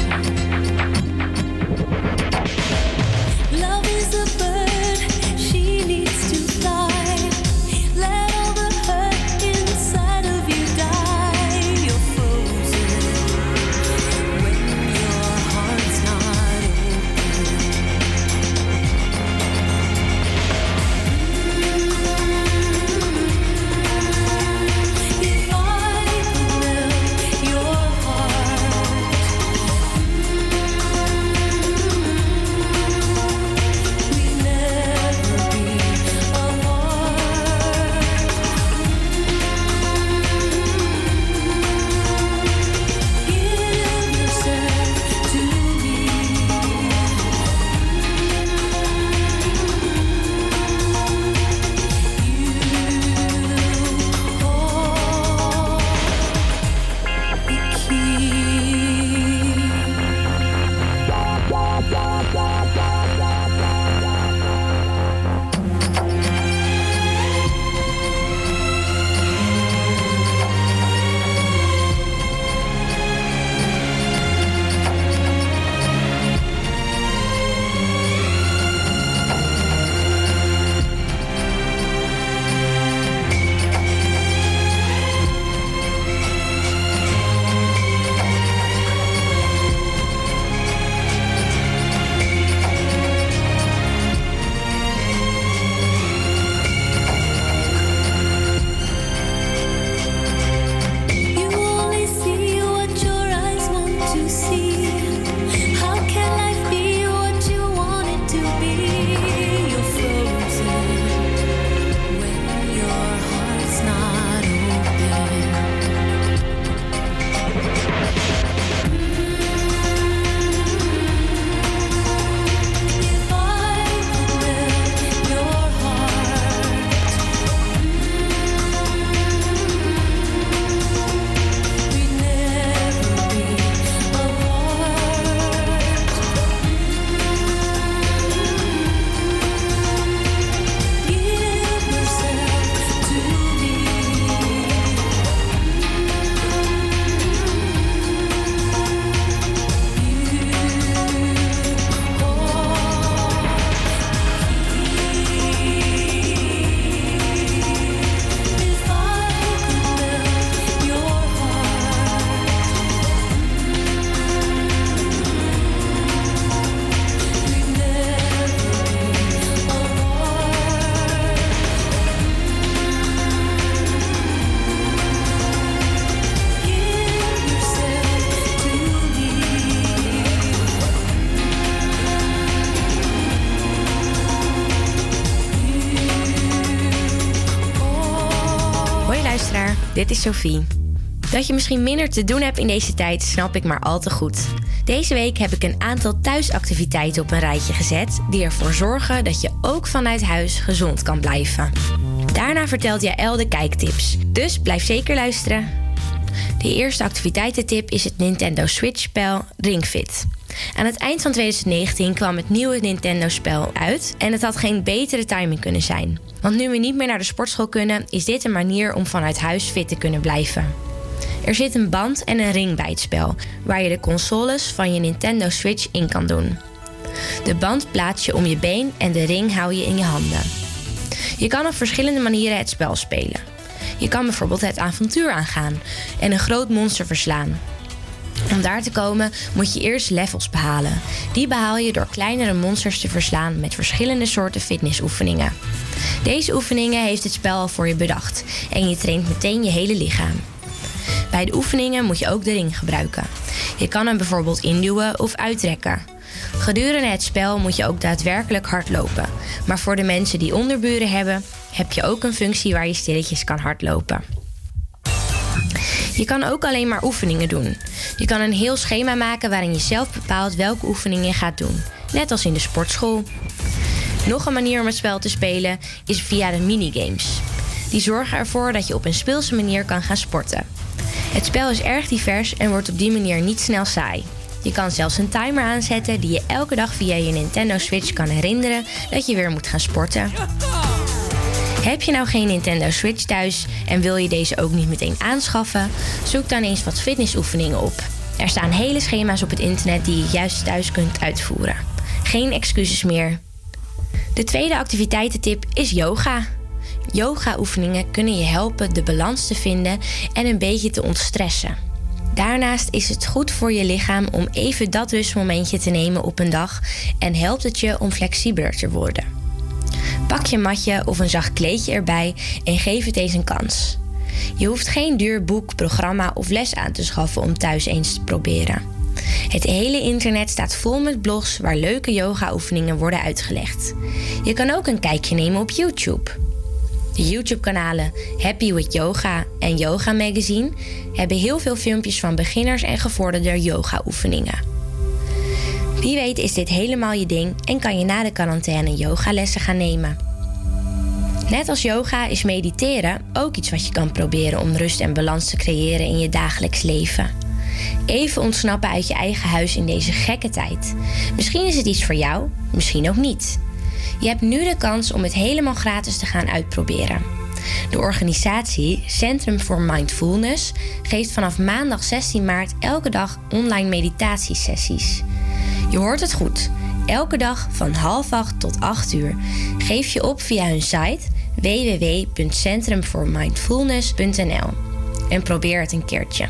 Love is a bird, she needs to fly. Let all the hurt inside of you die. You're frozen when your heart's not If I could melt your heart, we'd never be apart. Give yourself to me. You hold the key. You only see what your eyes want to see. How can life be what you want it to be? You're frozen when your heart's not open. If I could melt your heart, we'd never be apart. Give yourself to me. If I could melt your heart, we'd never be apart. Give yourself to Hoi luisteraar, dit is Sophie. Dat je misschien minder te doen hebt in deze tijd, snap ik maar al te goed. Deze week heb ik een aantal thuisactiviteiten op een rijtje gezet die ervoor zorgen dat je ook vanuit huis gezond kan blijven. Daarna vertelt Jaël de kijktips, dus blijf zeker luisteren. De eerste activiteitentip is het Nintendo Switch-spel Ring Fit. Aan het eind van twintig negentien kwam het nieuwe Nintendo-spel uit en het had geen betere timing kunnen zijn. Want nu we niet meer naar de sportschool kunnen, is dit een manier om vanuit huis fit te kunnen blijven. Er zit een band en een ring bij het spel, waar je de consoles van je Nintendo Switch in kan doen. De band plaats je om je been en de ring hou je in je handen. Je kan op verschillende manieren het spel spelen. Je kan bijvoorbeeld het avontuur aangaan en een groot monster verslaan. Om daar te komen moet je eerst levels behalen. Die behaal je door kleinere monsters te verslaan met verschillende soorten fitnessoefeningen. Deze oefeningen heeft het spel al voor je bedacht en je traint meteen je hele lichaam. Bij de oefeningen moet je ook de ring gebruiken. Je kan hem bijvoorbeeld induwen of uittrekken. Gedurende het spel moet je ook daadwerkelijk hard lopen. Maar voor de mensen die onderburen hebben, heb je ook een functie waar je stilletjes kan hardlopen. Je kan ook alleen maar oefeningen doen. Je kan een heel schema maken waarin je zelf bepaalt welke oefeningen je gaat doen. Net als in de sportschool. Nog een manier om het spel te spelen is via de minigames. Die zorgen ervoor dat je op een speelse manier kan gaan sporten. Het spel is erg divers en wordt op die manier niet snel saai. Je kan zelfs een timer aanzetten die je elke dag via je Nintendo Switch kan herinneren dat je weer moet gaan sporten. Heb je nou geen Nintendo Switch thuis en wil je deze ook niet meteen aanschaffen? Zoek dan eens wat fitnessoefeningen op. Er staan hele schema's op het internet die je juist thuis kunt uitvoeren. Geen excuses meer. De tweede activiteitentip is yoga. Yoga-oefeningen kunnen je helpen de balans te vinden en een beetje te ontstressen. Daarnaast is het goed voor je lichaam om even dat rustmomentje te nemen op een dag en helpt het je om flexibeler te worden. Pak je matje of een zacht kleedje erbij en geef het eens een kans. Je hoeft geen duur boek, programma of les aan te schaffen om thuis eens te proberen. Het hele internet staat vol met blogs waar leuke yoga-oefeningen worden uitgelegd. Je kan ook een kijkje nemen op YouTube. De YouTube-kanalen Happy with Yoga en Yoga Magazine hebben heel veel filmpjes van beginners en gevorderde yoga-oefeningen. Wie weet is dit helemaal je ding en kan je na de quarantaine yogalessen gaan nemen. Net als yoga is mediteren ook iets wat je kan proberen om rust en balans te creëren in je dagelijks leven. Even ontsnappen uit je eigen huis in deze gekke tijd. Misschien is het iets voor jou, misschien ook niet. Je hebt nu de kans om het helemaal gratis te gaan uitproberen. De organisatie Centrum voor Mindfulness geeft vanaf maandag zestien maart elke dag online meditatiesessies. Je hoort het goed. Elke dag van half acht tot acht uur. Geef je op via hun site w w w punt centrum voor mindfulness punt n l en probeer het een keertje.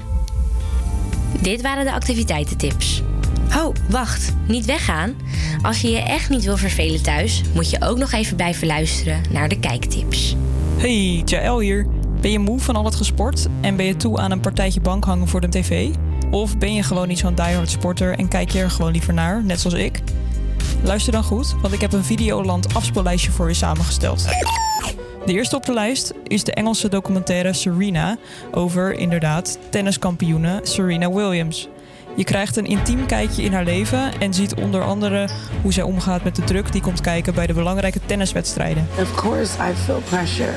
Dit waren de activiteitentips. Oh, wacht, niet weggaan. Als je je echt niet wil vervelen thuis, moet je ook nog even blijven luisteren naar de kijktips. Hey, Jaël hier. Ben je moe van al het gesport en ben je toe aan een partijtje bankhangen voor de tv? Of ben je gewoon niet zo'n diehard sporter en kijk je er gewoon liever naar, net zoals ik? Luister dan goed, want ik heb een Videoland afspeellijstje voor je samengesteld. De eerste op de lijst is de Engelse documentaire Serena over, inderdaad, tenniskampioene Serena Williams. Je krijgt een intiem kijkje in haar leven en ziet onder andere hoe zij omgaat met de druk die komt kijken bij de belangrijke tenniswedstrijden. Of course I feel pressure.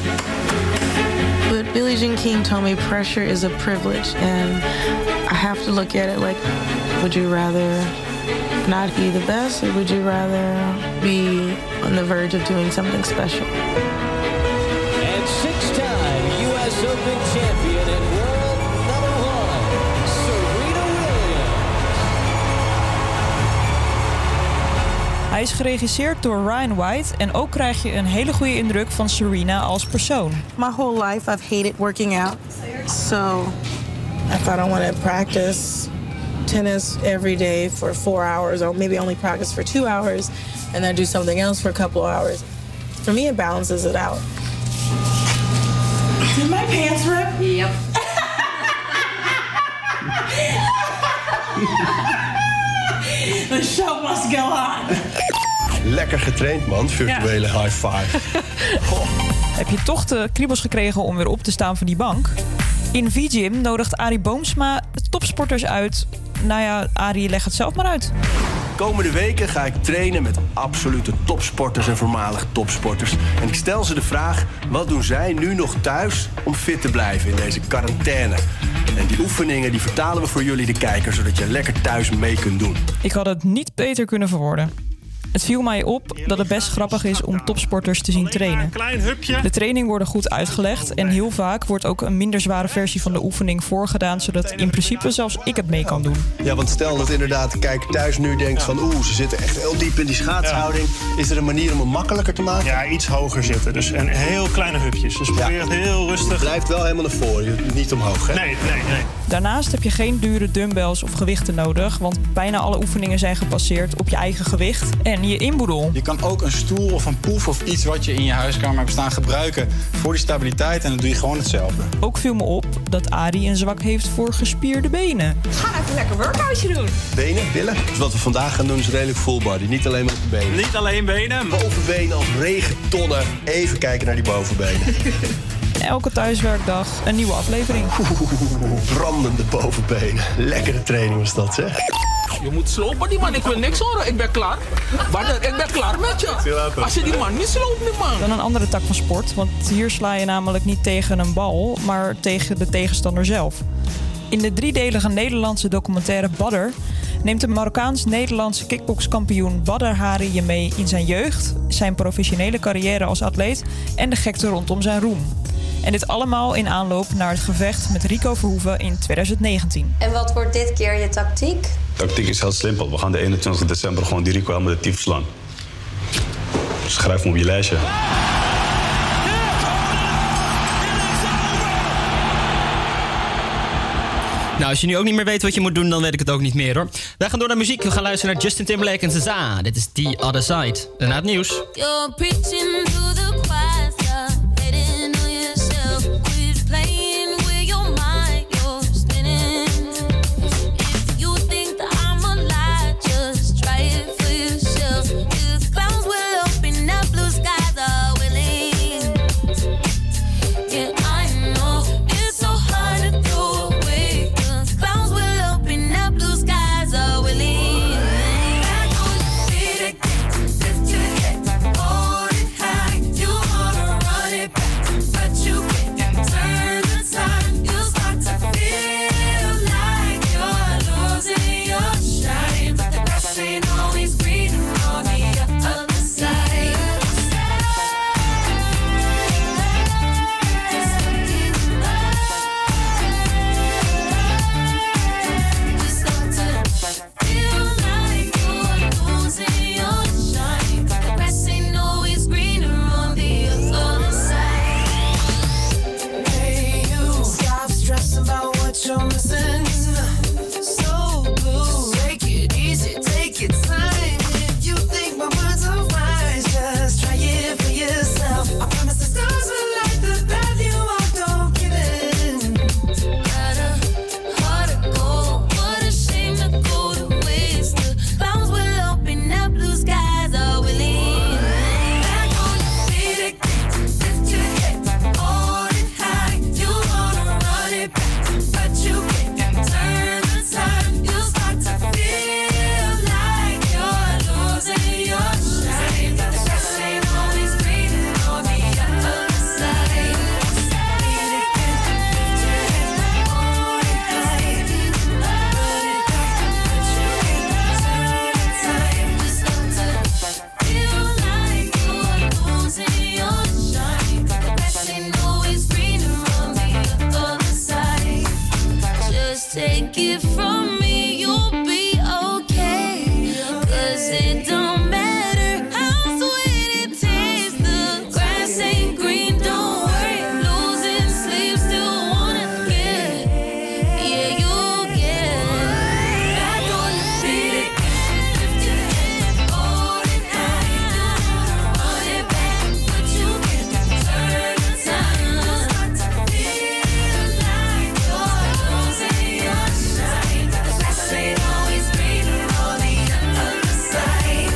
But Billie Jean King told me pressure is a privilege and I have to look at it like, would you rather not be the best or would you rather be on the verge of doing something special? And six-time U S Open champion and world number one, Serena Williams. Hij is geregisseerd door Ryan White en ook krijg je een hele goede indruk van Serena als persoon. My whole life I've hated working out. So I thought I wanted to practice tennis every day for four hours or maybe only practice for two hours and then do something else for a couple of hours. For me, it balances it out. Did my pants rip? Yep. The show must go on. Lekker getraind, man. Virtuele ja. high five. Heb je toch de kriebels gekregen om weer op te staan van die bank? In V-Gym nodigt Arie Boomsma topsporters uit. Nou ja, Arie, leg het zelf maar uit. Komende weken ga ik trainen met absolute topsporters en voormalige topsporters. En ik stel ze de vraag, wat doen zij nu nog thuis om fit te blijven in deze quarantaine? En die oefeningen die vertalen we voor jullie de kijker, zodat je lekker thuis mee kunt doen. Ik had het niet beter kunnen verwoorden. Het viel mij op dat het best grappig is om topsporters te zien trainen. De training wordt goed uitgelegd en heel vaak wordt ook een minder zware versie van de oefening voorgedaan, zodat in principe zelfs ik het mee kan doen. Ja, want stel dat inderdaad de kijker thuis nu denkt van oeh, ze zitten echt heel diep in die schaatshouding. Is er een manier om het makkelijker te maken? Ja, iets hoger zitten. Dus en heel kleine hupjes. Dus probeer ja. het heel rustig. Je blijft wel helemaal naar voren, niet omhoog, hè? Nee, nee, nee. Daarnaast heb je geen dure dumbbells of gewichten nodig, want bijna alle oefeningen zijn gebaseerd op je eigen gewicht en je inboedel. Je kan ook een stoel of een poef of iets wat je in je huiskamer hebt staan gebruiken voor die stabiliteit en dan doe je gewoon hetzelfde. Ook viel me op dat Arie een zwak heeft voor gespierde benen. Ga even lekker workoutje doen. Benen, billen. Dus wat we vandaag gaan doen is redelijk full body. Niet alleen met de benen. Niet alleen benen. Bovenbenen als regentonnen. Even kijken naar die bovenbenen. Elke thuiswerkdag een nieuwe aflevering. Oeh, brandende bovenbenen. Lekkere training was dat, zeg. Je moet slopen die man, ik wil niks horen. Ik ben klaar. Waarder, ik ben klaar met je. Als je die man niet sloopt, die man. Dan een andere tak van sport, want hier sla je namelijk niet tegen een bal, maar tegen de tegenstander zelf. In de driedelige Nederlandse documentaire Badder neemt de Marokkaans-Nederlandse kickbokskampioen Badr Hari je mee in zijn jeugd, zijn professionele carrière als atleet en de gekte rondom zijn roem. En dit allemaal in aanloop naar het gevecht met Rico Verhoeven in twintig negentien. En wat wordt dit keer je tactiek? Tactiek is heel simpel. We gaan de eenentwintigste december gewoon die Rico helemaal de tyfus slaan. Schrijf hem op je lijstje. Nou, als je nu ook niet meer weet wat je moet doen, dan weet ik het ook niet meer, hoor. Wij gaan door naar muziek. We gaan luisteren naar Justin Timberlake en Zaza. Dit is The Other Side. En na het nieuws. You're preaching to the choir, stop hating on yourself. Quit playing with your mind, you're spinning. If you think that I'm a lie, just try it for yourself. The clouds will open up, blue skies are willing. Yeah, I know it's so hard to throw away. The clouds will open up, blue skies are willing. You're missing. So blue. Take it easy, take your time. If you think my words are wise, just try it for yourself. I promise the stars will light the path you walk, don't give in. Got a heart of gold, what a shame to go to waste. The clouds will open up, blue skies are willing. Back on your feet again, lift your head, hold it high. You wanna run it back. You can turn the time. You start to feel like you're losing your shine. The grass ain't always greener on the other side. Lean again, lift your head, hold it high. Run it back, but you can turn the time. You start to feel like you're losing your shine. The grass ain't always greener on the other side. Just take it from me, you'll be okay. Cause it don't matter how sweet it tastes. The grass ain't green, don't worry. Losing sleep, still wanna get. Yeah, you'll get. Back on your feet again. Lift your head, hold it high. Run it back, but you can turn the time. Start to feel like you're losing your shine. The grass ain't always greener on the other side.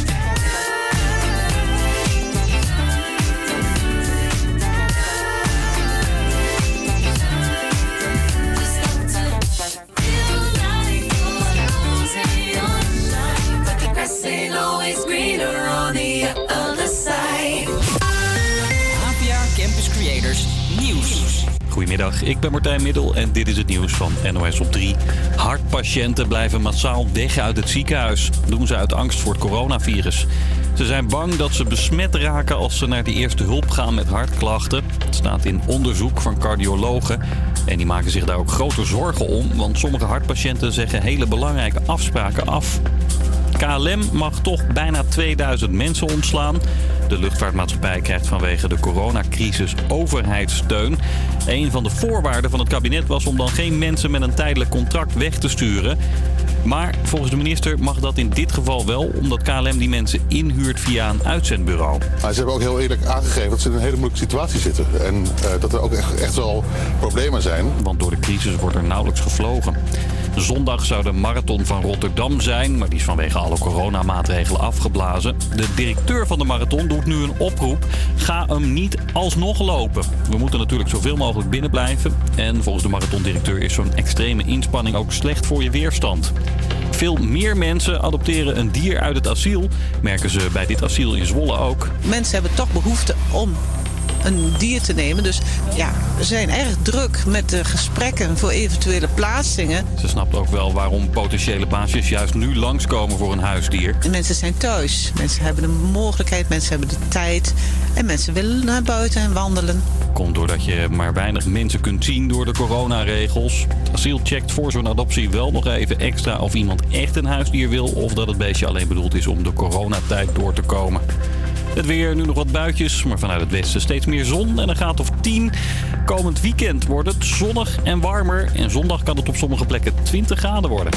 Just start to feel like you're losing your shine. But the grass ain't always greener on the other side. H P R Campus Creators Nieuws. Goedemiddag, ik ben Martijn Middel en dit is het nieuws van N O S op drie. Hartpatiënten blijven massaal weg uit het ziekenhuis. Doen ze uit angst voor het coronavirus. Ze zijn bang dat ze besmet raken als ze naar de eerste hulp gaan met hartklachten. Het staat in onderzoek van cardiologen. En die maken zich daar ook grote zorgen om, want sommige hartpatiënten zeggen hele belangrijke afspraken af. K L M mag toch bijna tweeduizend mensen ontslaan. De luchtvaartmaatschappij krijgt vanwege de coronacrisis overheidssteun. Een van de voorwaarden van het kabinet was om dan geen mensen met een tijdelijk contract weg te sturen. Maar volgens de minister mag dat in dit geval wel, omdat K L M die mensen inhuurt via een uitzendbureau. Maar ze hebben ook heel eerlijk aangegeven dat ze in een hele moeilijke situatie zitten. En uh, dat er ook echt, echt wel problemen zijn. Want door de crisis wordt er nauwelijks gevlogen. Zondag zou de marathon van Rotterdam zijn, maar die is vanwege alle coronamaatregelen afgeblazen. De directeur van de marathon doet nu een oproep. Ga hem niet alsnog lopen. We moeten natuurlijk zoveel mogelijk binnen blijven. En volgens de marathondirecteur is zo'n extreme inspanning ook slecht voor je weerstand. Veel meer mensen adopteren een dier uit het asiel. Merken ze bij dit asiel in Zwolle ook. Mensen hebben toch behoefte om een dier te nemen. Dus ja, we zijn erg druk met de gesprekken voor eventuele plaatsingen. Ze snapt ook wel waarom potentiële baasjes juist nu langskomen voor een huisdier. De mensen zijn thuis. Mensen hebben de mogelijkheid, mensen hebben de tijd. En mensen willen naar buiten en wandelen. Komt doordat je maar weinig mensen kunt zien door de coronaregels. Het asiel checkt voor zo'n adoptie wel nog even extra of iemand echt een huisdier wil of dat het beestje alleen bedoeld is om de coronatijd door te komen. Het weer, nu nog wat buitjes, maar vanuit het westen steeds meer zon en een graad of tien. Komend weekend wordt het zonnig en warmer en zondag kan het op sommige plekken twintig graden worden.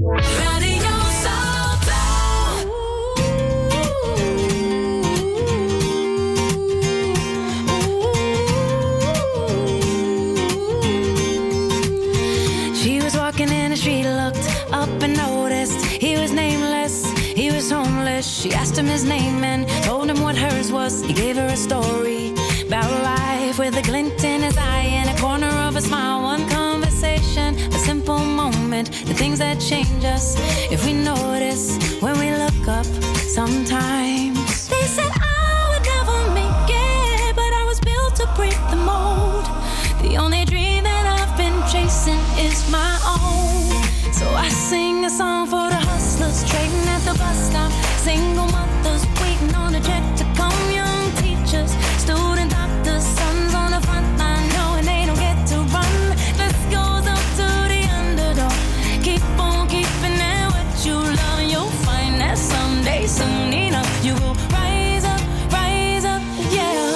She was walking in the street, looked up and noticed he was nameless, he was homeless. She asked him his name and told him what hers was. He gave her a story about life with a glint in his eye and a corner of a smile. One conversation, a simple moment, the things that change us if we notice when we look up sometimes. They said I would never make it, but I was built to break the mold. The only dream that I've been chasing is my own. So I sing a song for the hustlers trading at the bus stop, single mothers waiting on a check to come, young teachers, student doctors, sons on the front line knowing they don't get to run. This goes up to the underdog. Keep on keeping at what you love, and you'll find that someday, soon enough, you will rise up, rise up, yeah.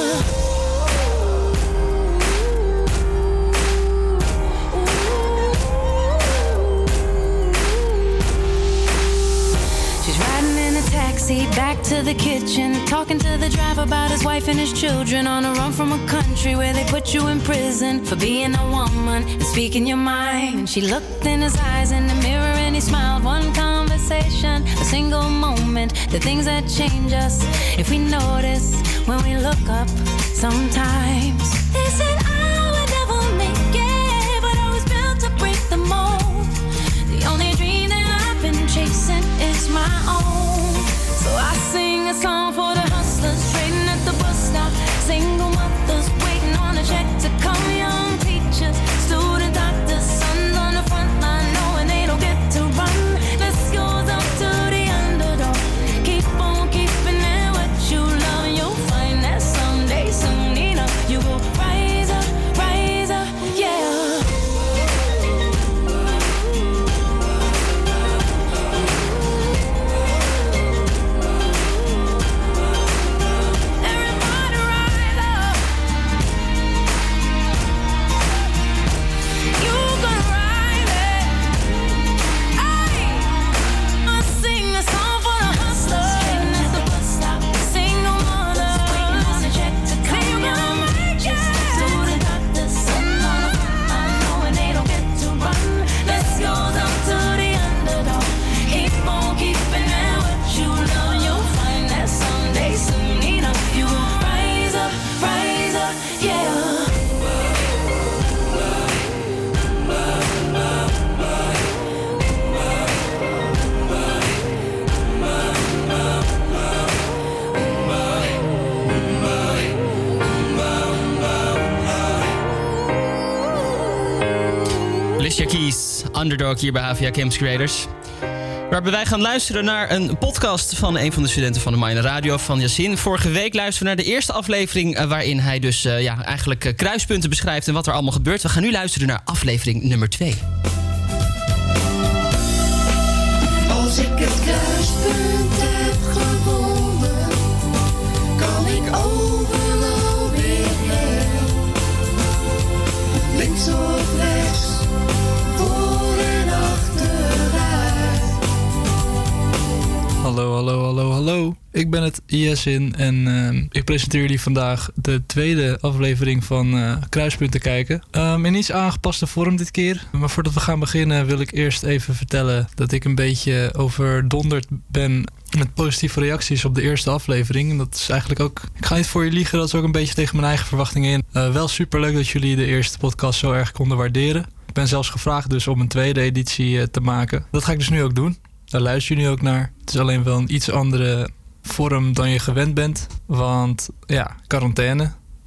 Taxi back to the kitchen, talking to the driver about his wife and his children, on a run from a country where they put you in prison for being a woman and speaking your mind. And she looked in his eyes in the mirror and he smiled. One conversation, a single moment, the things that change us if we notice when we look up sometimes. They said I would never make it, but I was built to break the mold. The only dream that I've been chasing is my own. So I sing a song for the hustlers trading at the bus stop, single mothers waiting on a check to come, young teachers, student doctors, sons on the front line knowing they don't get to run. This goes up to the underdog. Keep on keeping at what you love, and you'll find that someday, soon enough, you will rise up, rise up, yeah. Alicia Keys, Underdog hier bij H V A Campus Creators. Waarbij wij gaan luisteren naar een podcast van een van de studenten van de Minor Radio, van Yasin. Vorige week luisterden we naar de eerste aflevering, uh, waarin hij dus uh, ja, eigenlijk uh, kruispunten beschrijft en wat er allemaal gebeurt. We gaan nu luisteren naar aflevering nummer twee. Als ik het kruispunt heb gevonden, kan ik overal weer heen. Links of rechts, voor en achteruit. Hallo, hallo, hallo, hallo. Ik ben het Yasin en uh, ik presenteer jullie vandaag de tweede aflevering van uh, Kruispunten kijken. Um, in iets aangepaste vorm dit keer. Maar voordat we gaan beginnen wil ik eerst even vertellen dat ik een beetje overdonderd ben met positieve reacties op de eerste aflevering. En dat is eigenlijk ook, ik ga niet voor je liegen, dat is ook een beetje tegen mijn eigen verwachtingen in. Uh, wel superleuk dat jullie de eerste podcast zo erg konden waarderen. Ik ben zelfs gevraagd dus om een tweede editie uh, te maken. Dat ga ik dus nu ook doen. Daar luister je nu ook naar. Het is alleen wel een iets andere vorm dan je gewend bent. Want ja, quarantaine.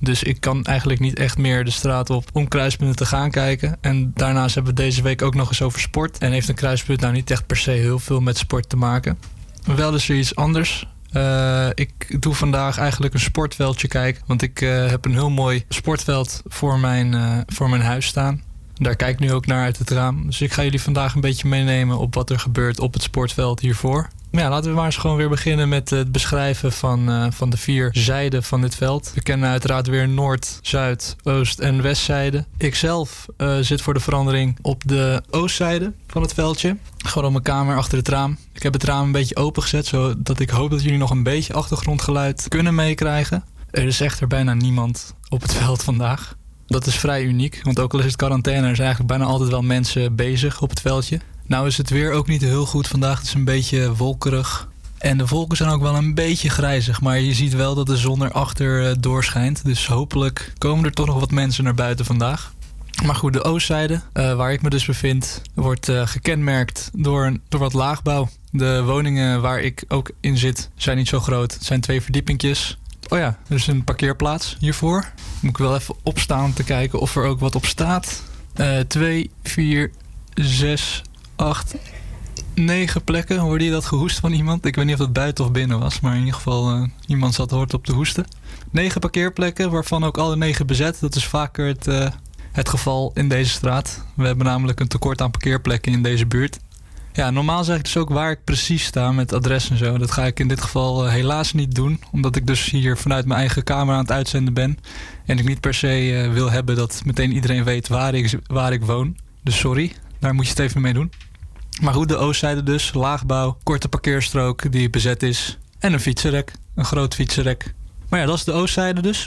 Dus ik kan eigenlijk niet echt meer de straat op om kruispunten te gaan kijken. En daarnaast hebben we deze week ook nog eens over sport. En heeft een kruispunt nou niet echt per se heel veel met sport te maken. Wel is er iets anders. Uh, ik doe vandaag eigenlijk een sportveldje kijken. Want ik uh, heb een heel mooi sportveld voor mijn, uh, voor mijn huis staan. Daar kijk ik nu ook naar uit het raam. Dus ik ga jullie vandaag een beetje meenemen op wat er gebeurt op het sportveld hiervoor. Maar ja, laten we maar eens gewoon weer beginnen met het beschrijven van, uh, van de vier zijden van dit veld. We kennen uiteraard weer Noord, Zuid, Oost en Westzijde. Ikzelf uh, zit voor de verandering op de oostzijde van het veldje. Gewoon op mijn kamer achter het raam. Ik heb het raam een beetje opengezet, zodat ik hoop dat jullie nog een beetje achtergrondgeluid kunnen meekrijgen. Er is echter bijna niemand op het veld vandaag. Dat is vrij uniek, want ook al is het quarantaine, er zijn eigenlijk bijna altijd wel mensen bezig op het veldje. Nou is het weer ook niet heel goed vandaag. Het is een beetje wolkerig. En de wolken zijn ook wel een beetje grijzig. Maar je ziet wel dat de zon erachter uh, doorschijnt. Dus hopelijk komen er toch nog wat mensen naar buiten vandaag. Maar goed, de oostzijde, uh, waar ik me dus bevind, wordt uh, gekenmerkt door, een, door wat laagbouw. De woningen waar ik ook in zit zijn niet zo groot. Het zijn twee verdiepingjes. Oh ja, er is een parkeerplaats hiervoor. Moet ik wel even opstaan om te kijken of er ook wat op staat. Uh, twee, vier, zes... acht, negen plekken. Hoorde je dat gehoest van iemand? Ik weet niet of het buiten of binnen was, maar in ieder geval uh, iemand zat hoort op te hoesten. Negen parkeerplekken, waarvan ook alle negen bezet. Dat is vaker het, uh, het geval in deze straat. We hebben namelijk een tekort aan parkeerplekken in deze buurt. Ja, normaal zeg ik dus ook waar ik precies sta met adres en zo. Dat ga ik in dit geval uh, helaas niet doen, omdat ik dus hier vanuit mijn eigen kamer aan het uitzenden ben. En ik niet per se uh, wil hebben dat meteen iedereen weet waar ik, waar ik woon. Dus sorry, daar moet je het even mee doen. Maar goed, de oostzijde dus, laagbouw, korte parkeerstrook die bezet is. En een fietsenrek, een groot fietsenrek. Maar ja, dat is de oostzijde dus.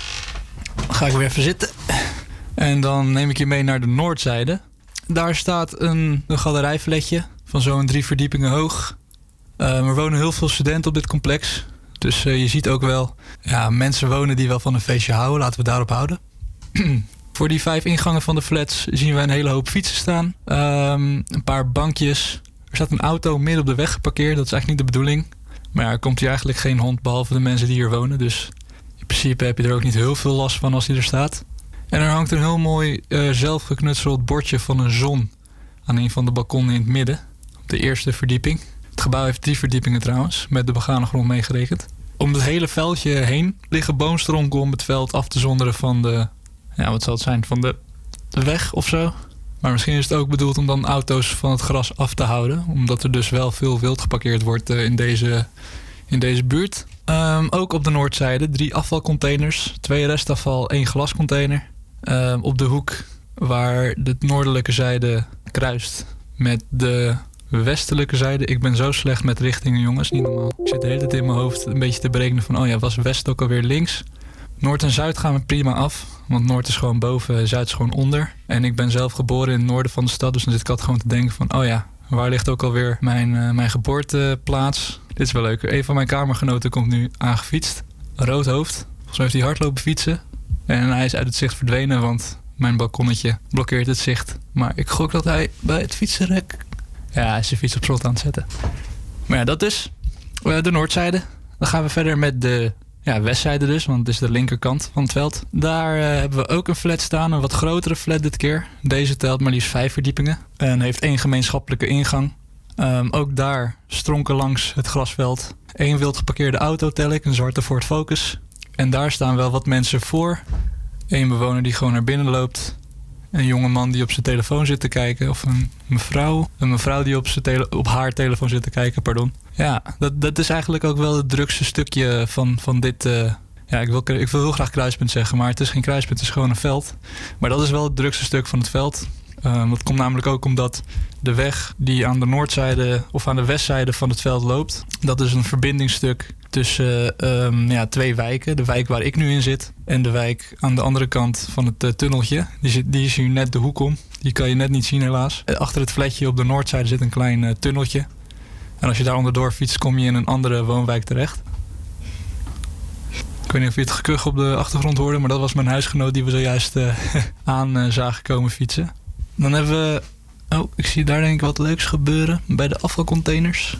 Dan ga ik weer even zitten. En dan neem ik je mee naar de noordzijde. Daar staat een, een galerijfletje van zo'n drie verdiepingen hoog. Uh, er wonen heel veel studenten op dit complex. Dus uh, je ziet ook wel, ja, mensen wonen die wel van een feestje houden. Laten we daarop houden. Voor die vijf ingangen van de flats zien we een hele hoop fietsen staan. Um, een paar bankjes. Er staat een auto midden op de weg geparkeerd. Dat is eigenlijk niet de bedoeling. Maar ja, er komt hier eigenlijk geen hond behalve de mensen die hier wonen. Dus in principe heb je er ook niet heel veel last van als die er staat. En er hangt een heel mooi uh, zelfgeknutseld bordje van een zon aan een van de balkonnen in het midden. Op de eerste verdieping. Het gebouw heeft drie verdiepingen trouwens, met de begane grond meegerekend. Om het hele veldje heen liggen boomstronken om het veld af te zonderen van de... Ja, wat zal het zijn? Van de, de weg of zo. Maar misschien is het ook bedoeld om dan auto's van het gras af te houden. Omdat er dus wel veel wild geparkeerd wordt uh, in, deze, in deze buurt. Um, ook op de noordzijde drie afvalcontainers. Twee restafval, één glascontainer. Um, op de hoek waar de noordelijke zijde kruist met de westelijke zijde. Ik ben zo slecht met richtingen, jongens. Niet normaal. Ik zit de hele tijd in mijn hoofd een beetje te berekenen van... oh ja, was west ook alweer links? Noord en Zuid gaan we prima af. Want Noord is gewoon boven, Zuid is gewoon onder. En ik ben zelf geboren in het noorden van de stad. Dus dan zit ik altijd gewoon te denken van... oh ja, waar ligt ook alweer mijn, uh, mijn geboorteplaats? Dit is wel leuk. Een van mijn kamergenoten komt nu aangefietst. Een rood hoofd. Volgens mij heeft hij hard lopen fietsen. En hij is uit het zicht verdwenen, want mijn balkonnetje blokkeert het zicht. Maar ik gok dat hij bij het fietsenrek... ja, hij is zijn fiets op slot aan het zetten. Maar ja, dat is uh, de noordzijde. Dan gaan we verder met de... ja, westzijde dus, want het is de linkerkant van het veld. Daar uh, hebben we ook een flat staan, een wat grotere flat dit keer. Deze telt maar liefst vijf verdiepingen en heeft één gemeenschappelijke ingang. Um, ook daar stronken langs het grasveld één wild geparkeerde auto tel ik, een zwarte Ford Focus. En daar staan wel wat mensen voor. Eén bewoner die gewoon naar binnen loopt. Een jonge man die op zijn telefoon zit te kijken. Of een mevrouw. Een mevrouw die op, zijn tele- op haar telefoon zit te kijken, pardon. Ja, dat, dat is eigenlijk ook wel het drukste stukje van, van dit... Uh, ja, ik wil, ik wil heel graag kruispunt zeggen, maar het is geen kruispunt, het is gewoon een veld. Maar dat is wel het drukste stuk van het veld. Uh, dat komt namelijk ook omdat de weg die aan de noordzijde of aan de westzijde van het veld loopt... dat is een verbindingsstuk tussen uh, um, ja, twee wijken. De wijk waar ik nu in zit en de wijk aan de andere kant van het uh, tunneltje. Die, zit, die is hier net de hoek om. Die kan je net niet zien helaas. Achter het flatje op de noordzijde zit een klein uh, tunneltje. En als je daar onderdoor fietst, kom je in een andere woonwijk terecht. Ik weet niet of je het gekuch op de achtergrond hoorde, maar dat was mijn huisgenoot die we zojuist uh, aan uh, zagen komen fietsen. Dan hebben we... Oh, ik zie daar denk ik wat leuks gebeuren bij de afvalcontainers.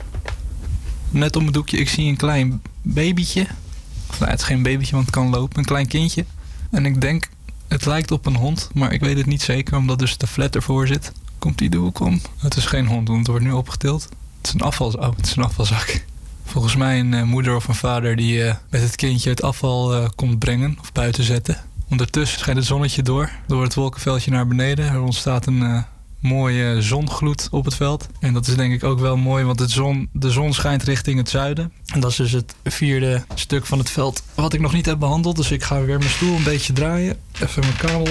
Net om het doekje, ik zie een klein babytje. Of nou, het is geen babytje, want het kan lopen. Een klein kindje. En ik denk, het lijkt op een hond, maar ik weet het niet zeker, omdat dus de flat ervoor zit. Komt die de hoek om? Het is geen hond, want het wordt nu opgetild. Het is een, afval, oh, het is een afvalzak. Volgens mij een uh, moeder of een vader die uh, met het kindje het afval uh, komt brengen of buiten zetten. Ondertussen schijnt het zonnetje door, door het wolkenveldje naar beneden. Er ontstaat een uh, mooie zongloed op het veld. En dat is denk ik ook wel mooi, want het zon, de zon schijnt richting het zuiden. En dat is dus het vierde stuk van het veld wat ik nog niet heb behandeld. Dus ik ga weer mijn stoel een beetje draaien. Even mijn kabel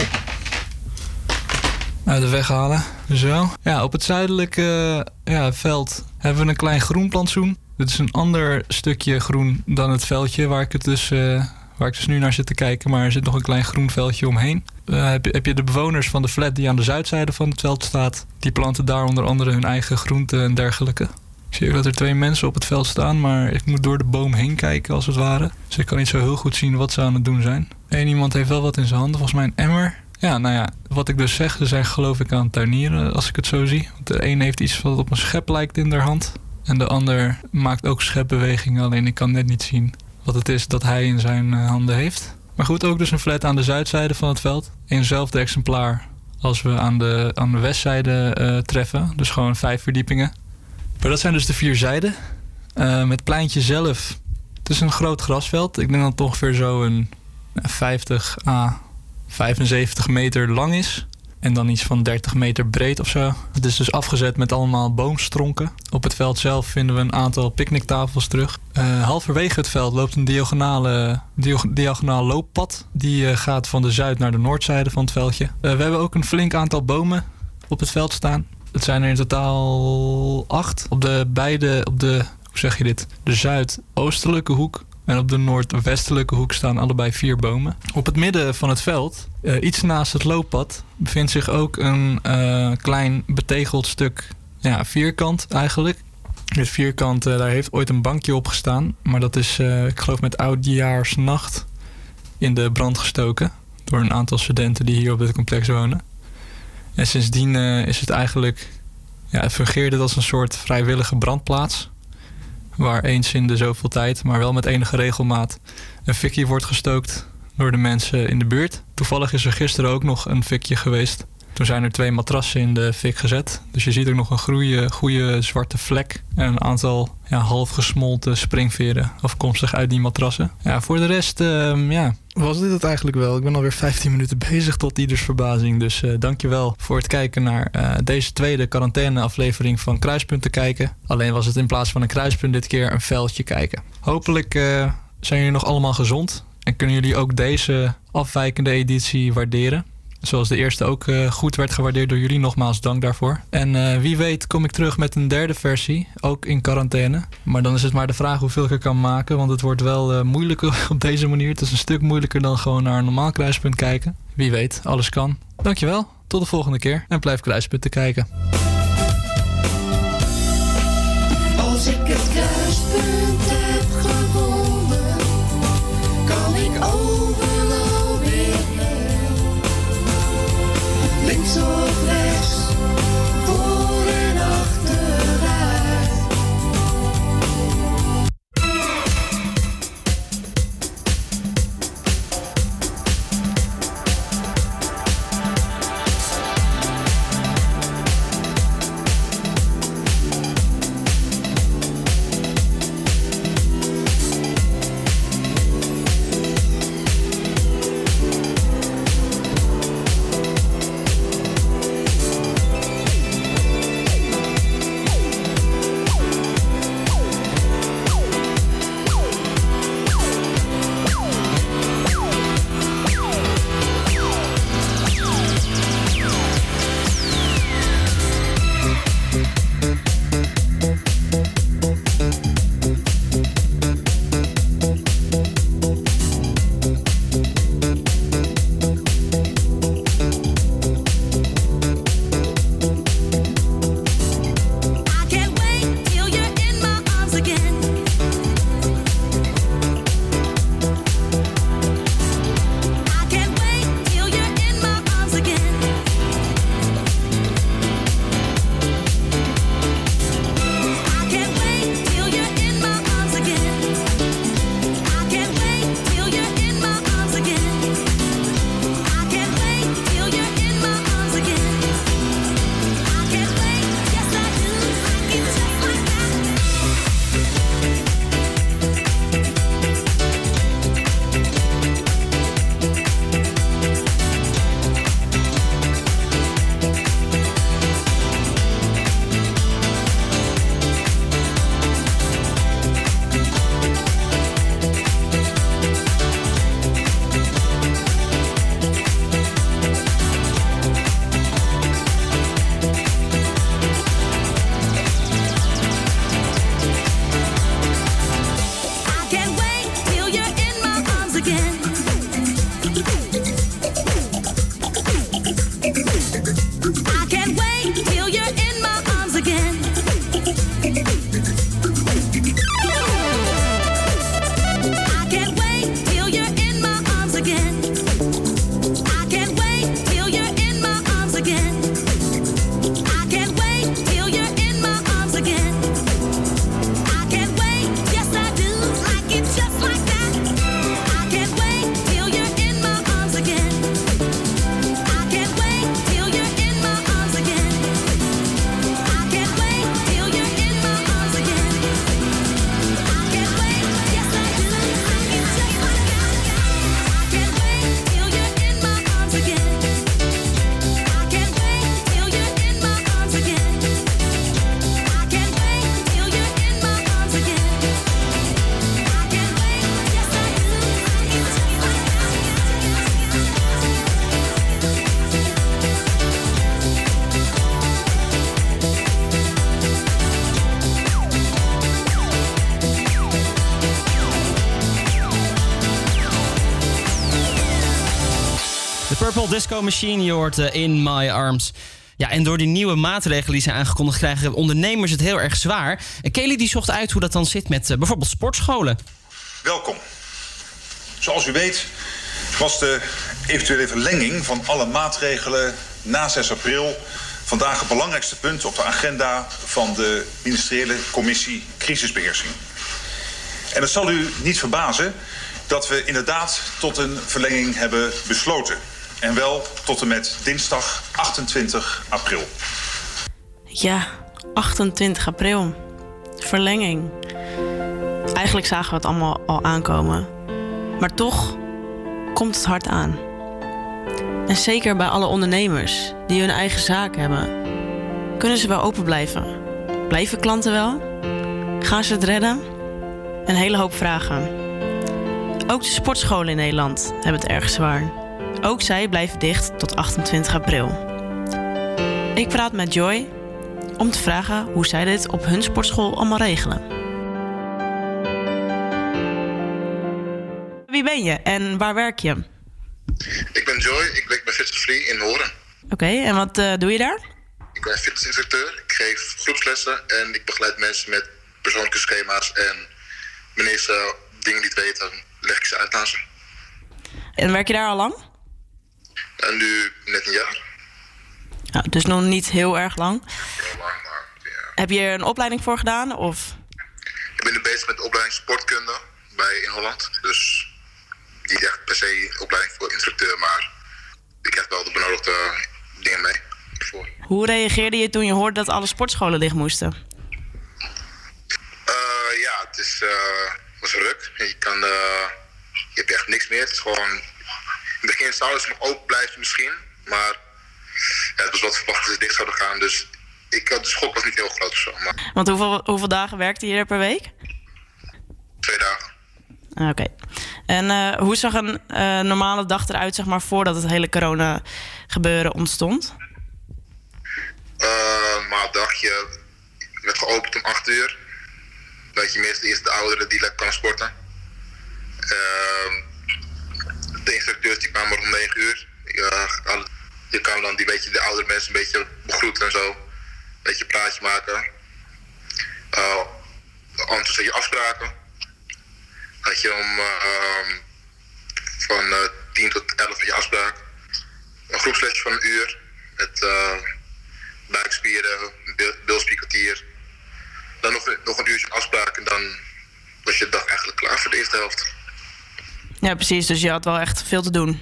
uit de weg halen. Zo. Ja, op het zuidelijke uh, ja, veld hebben we een klein groenplantsoen. Dit is een ander stukje groen dan het veldje waar ik, het dus, uh, waar ik dus nu naar zit te kijken. Maar er zit nog een klein groen veldje omheen. Uh, heb, je, heb je de bewoners van de flat die aan de zuidzijde van het veld staat. Die planten daar onder andere hun eigen groenten en dergelijke. Ik zie ook dat er twee mensen op het veld staan, maar ik moet door de boom heen kijken als het ware. Dus ik kan niet zo heel goed zien wat ze aan het doen zijn. Eén iemand heeft wel wat in zijn handen, volgens mij een emmer. Ja, nou ja, wat ik dus zeg, ze zijn geloof ik aan het tuinieren als ik het zo zie. Want de een heeft iets wat op een schep lijkt in haar hand. En de ander maakt ook schepbewegingen, alleen ik kan net niet zien wat het is dat hij in zijn uh, handen heeft. Maar goed, ook dus een flat aan de zuidzijde van het veld. Eenzelfde exemplaar als we aan de, aan de westzijde uh, treffen. Dus gewoon vijf verdiepingen. Maar dat zijn dus de vier zijden. Uh, met het pleintje zelf. Het is een groot grasveld. Ik denk dat het ongeveer zo een vijftig à vijfenzeventig meter lang is. En dan iets van dertig meter breed of zo. Het is dus afgezet met allemaal boomstronken. Op het veld zelf vinden we een aantal picknicktafels terug. Uh, halverwege het veld loopt een diagonale, dio- diagonaal looppad. Die uh, gaat van de zuid naar de noordzijde van het veldje. Uh, we hebben ook een flink aantal bomen op het veld staan. Het zijn er in totaal acht. Op de beide, op de, hoe zeg je dit? De zuidoostelijke hoek en op de noordwestelijke hoek staan allebei vier bomen. Op het midden van het veld, uh, iets naast het looppad, bevindt zich ook een uh, klein betegeld stuk, ja, vierkant eigenlijk. Dit vierkant, uh, daar heeft ooit een bankje op gestaan, maar dat is, uh, ik geloof met oudjaarsnacht in de brand gestoken door een aantal studenten die hier op dit complex wonen. En sindsdien uh, is het eigenlijk, ja, het fungeerde als een soort vrijwillige brandplaats. Waar eens in de zoveel tijd, maar wel met enige regelmaat, een fikje wordt gestookt door de mensen in de buurt. Toevallig is er gisteren ook nog een fikje geweest. Toen zijn er twee matrassen in de fik gezet. Dus je ziet ook nog een goede, goede zwarte vlek. En een aantal ja, half gesmolten springveren afkomstig uit die matrassen. Ja, voor de rest uh, ja, was dit het eigenlijk wel. Ik ben alweer vijftien minuten bezig tot ieders verbazing. Dus uh, dankjewel voor het kijken naar uh, deze tweede quarantaine aflevering van Kruispunt te kijken. Alleen was het in plaats van een kruispunt dit keer een veldje kijken. Hopelijk uh, zijn jullie nog allemaal gezond. En kunnen jullie ook deze afwijkende editie waarderen. Zoals de eerste ook uh, goed werd gewaardeerd door jullie. Nogmaals dank daarvoor. En uh, wie weet kom ik terug met een derde versie. Ook in quarantaine. Maar dan is het maar de vraag hoeveel ik er kan maken. Want het wordt wel uh, moeilijker op deze manier. Het is een stuk moeilijker dan gewoon naar een normaal Kruispunt kijken. Wie weet, alles kan. Dankjewel. Tot de volgende keer. En blijf Kruispunt te kijken. Als ik het kruispunt heb gevonden, kan ik overal weer heen. Links of rechts, voor en achteruit. Purple Disco Machine, je hoort uh, In My Arms. Ja, en door die nieuwe maatregelen die zijn aangekondigd, krijgen ondernemers het heel erg zwaar. En Kelly die zocht uit hoe dat dan zit met uh, bijvoorbeeld sportscholen. Welkom. Zoals u weet was de eventuele verlenging van alle maatregelen na zes april vandaag het belangrijkste punt op de agenda van de ministeriële commissie crisisbeheersing. En het zal u niet verbazen dat we inderdaad tot een verlenging hebben besloten. En wel tot en met dinsdag achtentwintig april. Ja, achtentwintig april. Verlenging. Eigenlijk zagen we het allemaal al aankomen. Maar toch komt het hard aan. En zeker bij alle ondernemers die hun eigen zaak hebben. Kunnen ze wel open blijven? Blijven klanten wel? Gaan ze het redden? Een hele hoop vragen. Ook de sportscholen in Nederland hebben het erg zwaar. Ook zij blijven dicht tot achtentwintig april. Ik praat met Joy om te vragen hoe zij dit op hun sportschool allemaal regelen. Wie ben je en waar werk je? Ik ben Joy, ik werk bij Fitness Free in Horen. Oké, okay, en wat uh, doe je daar? Ik ben fitnessinstructeur, ik geef groepslessen en ik begeleid mensen met persoonlijke schema's. En wanneer ze dingen niet weten, leg ik ze uit aan ze. En werk je daar al lang? En nu net een jaar. Ja, dus nog niet heel erg lang. Heel lang, maar ja. Heb je er een opleiding voor gedaan? Of? Ik ben nu bezig met de opleiding sportkunde bij in Holland. Dus niet echt per se opleiding voor instructeur, maar ik heb wel de benodigde dingen mee. Voor. Hoe reageerde je toen je hoorde dat alle sportscholen dicht moesten? Uh, ja, het is, uh, was een ruk. Je, kan, uh, je hebt echt niks meer. Het is gewoon... In het begin zouden ze nog open blijven misschien, maar ja, het was wat verwacht dat ze dicht zouden gaan. Dus ik, de schok was niet heel groot of zo. Maar... Want hoeveel, hoeveel dagen werkte je er per week? Twee dagen. Oké. Okay. En uh, hoe zag een uh, normale dag eruit, zeg maar, voordat het hele corona gebeuren ontstond? Uh, maar een dagje werd geopend om acht uur. Dat je meestal eerst de ouderen die lekker kan sporten. Uh, de instructeurs die kwamen om negen uur. Uh, je kan dan die, beetje, de oudere mensen een beetje begroeten en zo. Een beetje een praatje maken. Uh, anders had je afspraken. Had je om uh, van uh, tien tot elf had je afspraak. Een groepslesje van een uur. Met uh, buikspieren, bilspierkwartier. Dan nog, nog een uurtje afspraak en dan was je de dag eigenlijk klaar voor de eerste helft. Ja, precies. Dus je had wel echt veel te doen.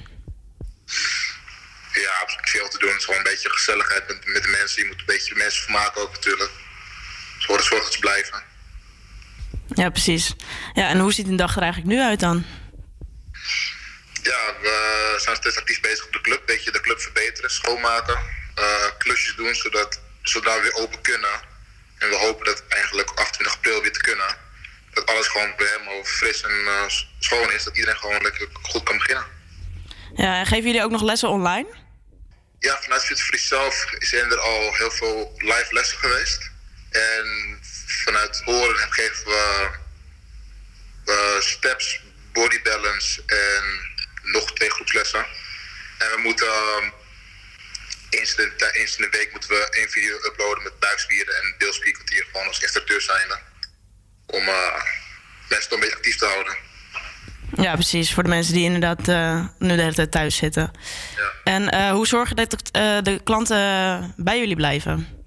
Ja, veel te doen. Het is gewoon een beetje gezelligheid met, met de mensen. Je moet een beetje de mensen vermaken ook natuurlijk. Zorg, zorg dat ze blijven. Ja, precies. Ja, en hoe ziet een dag er eigenlijk nu uit dan? Ja, we zijn steeds actief bezig op de club. Een beetje de club verbeteren, schoonmaken. Uh, klusjes doen, zodat zodra we weer open kunnen. En we hopen dat eigenlijk achtentwintig april weer te kunnen. Dat alles gewoon helemaal fris en uh, schoon is. Dat iedereen gewoon lekker goed kan beginnen. Ja, en geven jullie ook nog lessen online? Ja, vanuit Fitness Free zelf zijn er al heel veel live lessen geweest. En vanuit Horen geven we uh, steps, body balance en nog twee groepslessen. En we moeten uh, eens, in de, eens in de week moeten we één video uploaden met buikspieren en bilspierkwartier gewoon als instructeur zijnde. Om uh, mensen toch een beetje actief te houden. Ja, precies. Voor de mensen die inderdaad uh, nu de hele tijd thuis zitten. Ja. En uh, hoe zorgen dat uh, de klanten bij jullie blijven?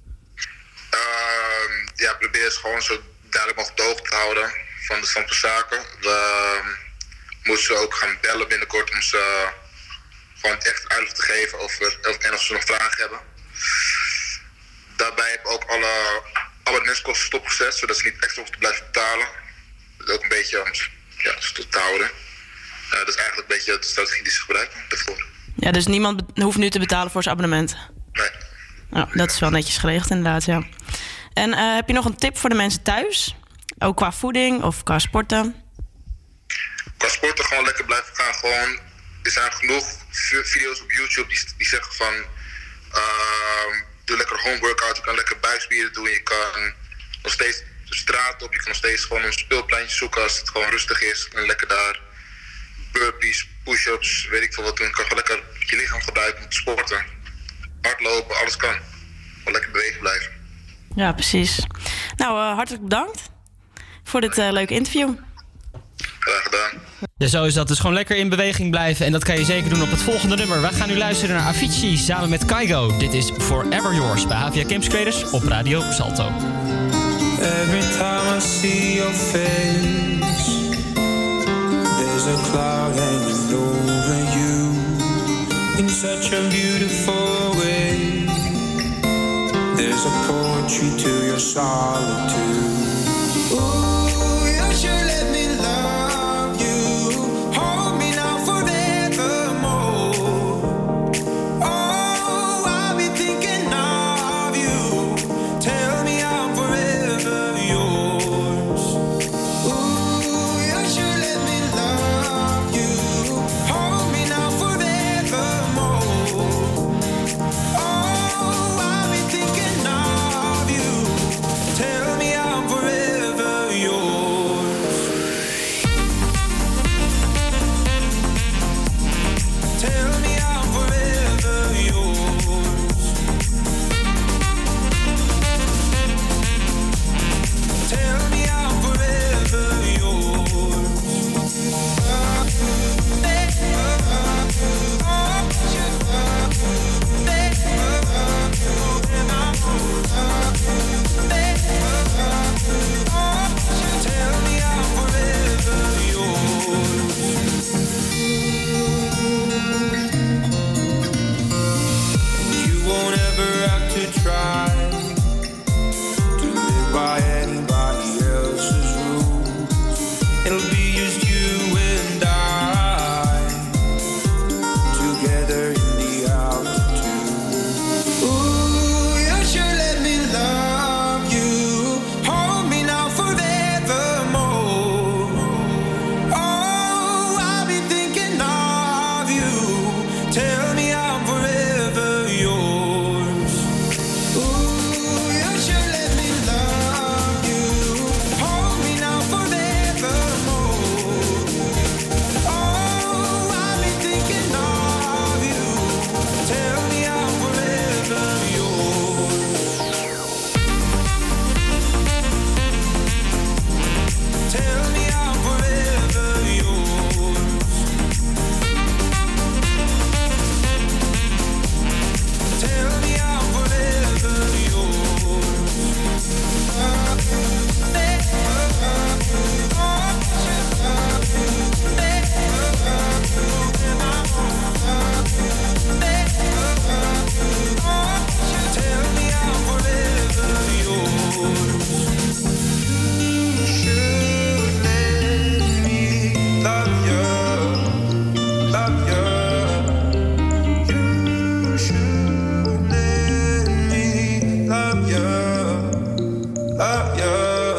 Uh, ja, probeer het gewoon zo duidelijk mogelijk op de hoogte te houden van de stand van zaken. We uh, moeten ze ook gaan bellen binnenkort om ze uh, gewoon echt uitleg te geven over, en of ze nog vragen hebben. Daarbij hebben we ook alle abonnementskosten stopgezet, zodat ze niet extra hoeven te blijven betalen. Dat is ook een beetje om ja, tot te houden. Uh, dat is eigenlijk een beetje de strategie die ze gebruiken daarvoor. Ja, dus niemand be- hoeft nu te betalen voor zijn abonnement? Nee. Nou, dat is wel netjes geregeld inderdaad, ja. En uh, heb je nog een tip voor de mensen thuis? Ook qua voeding of qua sporten? Qua sporten gewoon lekker blijven gaan. Gewoon, er zijn genoeg video's op YouTube die, die zeggen van... Uh, doe lekker home workout, je kan lekker buikspieren doen. Je kan nog steeds de straat op, je kan nog steeds gewoon een speelpleintje zoeken als het gewoon rustig is. En lekker daar burpees, push-ups, weet ik veel wat doen. Kan gewoon lekker je lichaam gebruiken om te sporten. Hardlopen, alles kan. Gewoon lekker bewegen blijven. Ja, precies. Nou, uh, hartelijk bedankt voor dit uh, leuke interview. Graag gedaan. Ja, zo is dat. Dus gewoon lekker in beweging blijven. En dat kan je zeker doen op het volgende nummer. We gaan nu luisteren naar Avicii samen met Kygo. Dit is Forever Yours bij H V A Campus Creators op Radio Salto. Every time I see your face, there's a cloud hanging over you in such a beautiful way. There's a poetry to your solitude. Ooh, you should let me love you. Hold me now forevermore. Oh, I'll be thinking of you. Tell me I'm forever yours. Ooh, you should let me love you. Hold me now forevermore. Oh, I'll be thinking of you. Tell me I'm forever yours. Tell me I'm forever yours. Tell me I'm forever yours. Tell me I'm forever yours. You won't ever have to try to live by anybody else's rules. It'll be just you and I together in the altitude. Ooh, you should let me love you. Hold me now forevermore. Oh, I'll be thinking of you. Tell me I'm forever yours. Ooh, you should let me love you. Hold me now forevermore. Oh, I'll be thinking of you. Tell me I'm forever yours. Tell me I'm forever yours. Tell me I'm forever yours. Tell me I'm forever yours. You should let me love you, love you. You should let me love you, love you.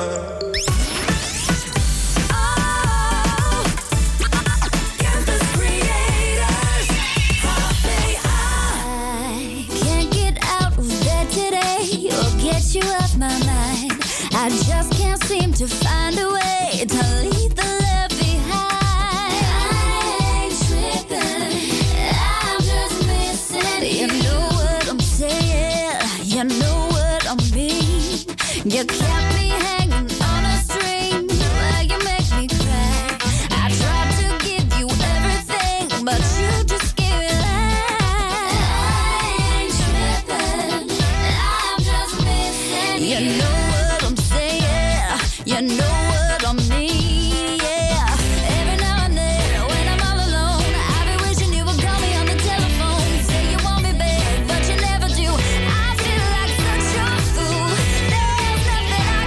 Can't get out of bed today or get you off my mind. I just can't seem to find a way to leave the love behind. I ain't tripping, I'm just missing. You know what I'm saying, you know what I mean. You kept me hanging on a string, well, you make me cry. I tried to give you everything, but you just gave it lies. I ain't tripping, I'm just missing. You know what I'm saying, you know what I mean, yeah. Every now and then, when I'm all alone, I be wishing you would call me on the telephone. Say you want me back, but you never do. I feel like such a fool. There's nothing I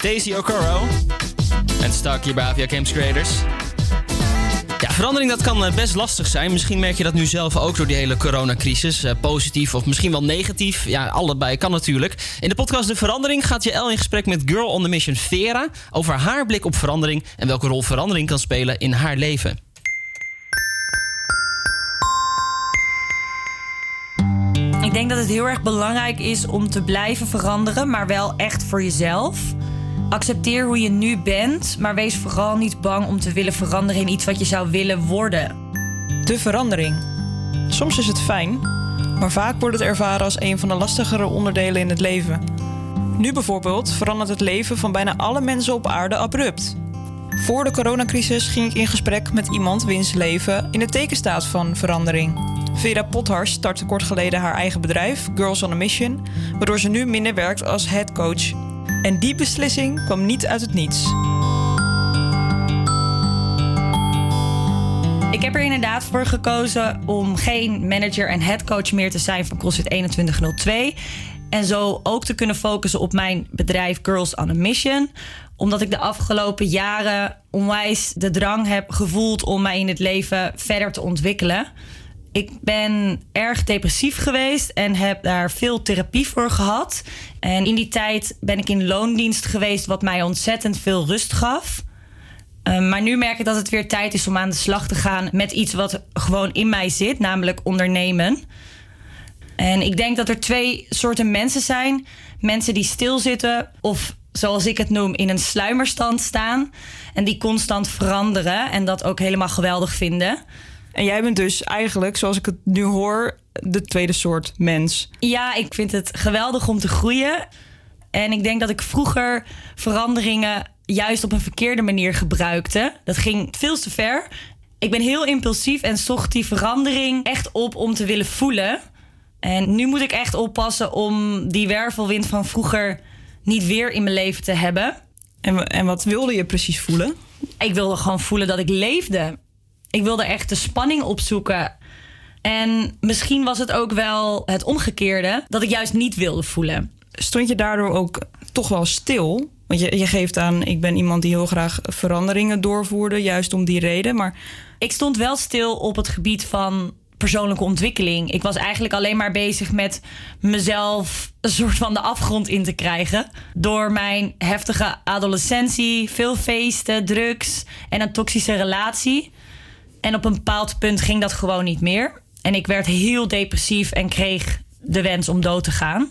Stacey Okoro. En Stuck hier bij Avia Campus Creators. Ja, verandering dat kan best lastig zijn. Misschien merk je dat nu zelf ook door die hele coronacrisis. Uh, positief of misschien wel negatief. Ja, allebei kan natuurlijk. In de podcast De Verandering gaat J L in gesprek met Girl on the Mission Vera... over haar blik op verandering en welke rol verandering kan spelen in haar leven. Ik denk dat het heel erg belangrijk is om te blijven veranderen, maar wel echt voor jezelf. Accepteer hoe je nu bent, maar wees vooral niet bang om te willen veranderen in iets wat je zou willen worden. De verandering. Soms is het fijn, maar vaak wordt het ervaren als een van de lastigere onderdelen in het leven. Nu bijvoorbeeld verandert het leven van bijna alle mensen op aarde abrupt. Voor de coronacrisis ging ik in gesprek met iemand wiens leven in het teken staat van verandering. Vera Pothars startte kort geleden haar eigen bedrijf, Girls on a Mission, waardoor ze nu minder werkt als headcoach. En die beslissing kwam niet uit het niets. Ik heb er inderdaad voor gekozen om geen manager en headcoach meer te zijn van CrossFit eenentwintig nul twee. En zo ook te kunnen focussen op mijn bedrijf Girls on a Mission. Omdat ik de afgelopen jaren onwijs de drang heb gevoeld om mij in het leven verder te ontwikkelen. Ik ben erg depressief geweest en heb daar veel therapie voor gehad. En in die tijd ben ik in loondienst geweest, wat mij ontzettend veel rust gaf. Uh, maar nu merk ik dat het weer tijd is om aan de slag te gaan met iets wat gewoon in mij zit, namelijk ondernemen. En ik denk dat er twee soorten mensen zijn. Mensen die stilzitten of, zoals ik het noem, in een sluimerstand staan. En die constant veranderen en dat ook helemaal geweldig vinden. En jij bent dus eigenlijk, zoals ik het nu hoor, de tweede soort mens. Ja, ik vind het geweldig om te groeien. En ik denk dat ik vroeger veranderingen juist op een verkeerde manier gebruikte. Dat ging veel te ver. Ik ben heel impulsief en zocht die verandering echt op om te willen voelen. En nu moet ik echt oppassen om die wervelwind van vroeger niet weer in mijn leven te hebben. En, en wat wilde je precies voelen? Ik wilde gewoon voelen dat ik leefde. Ik wilde echt de spanning opzoeken. En misschien was het ook wel het omgekeerde, dat ik juist niet wilde voelen. Stond je daardoor ook toch wel stil? Want je, je geeft aan, ik ben iemand die heel graag veranderingen doorvoerde, juist om die reden. Maar ik stond wel stil op het gebied van persoonlijke ontwikkeling. Ik was eigenlijk alleen maar bezig met mezelf een soort van de afgrond in te krijgen. Door mijn heftige adolescentie, veel feesten, drugs en een toxische relatie. En op een bepaald punt ging dat gewoon niet meer. En ik werd heel depressief en kreeg de wens om dood te gaan.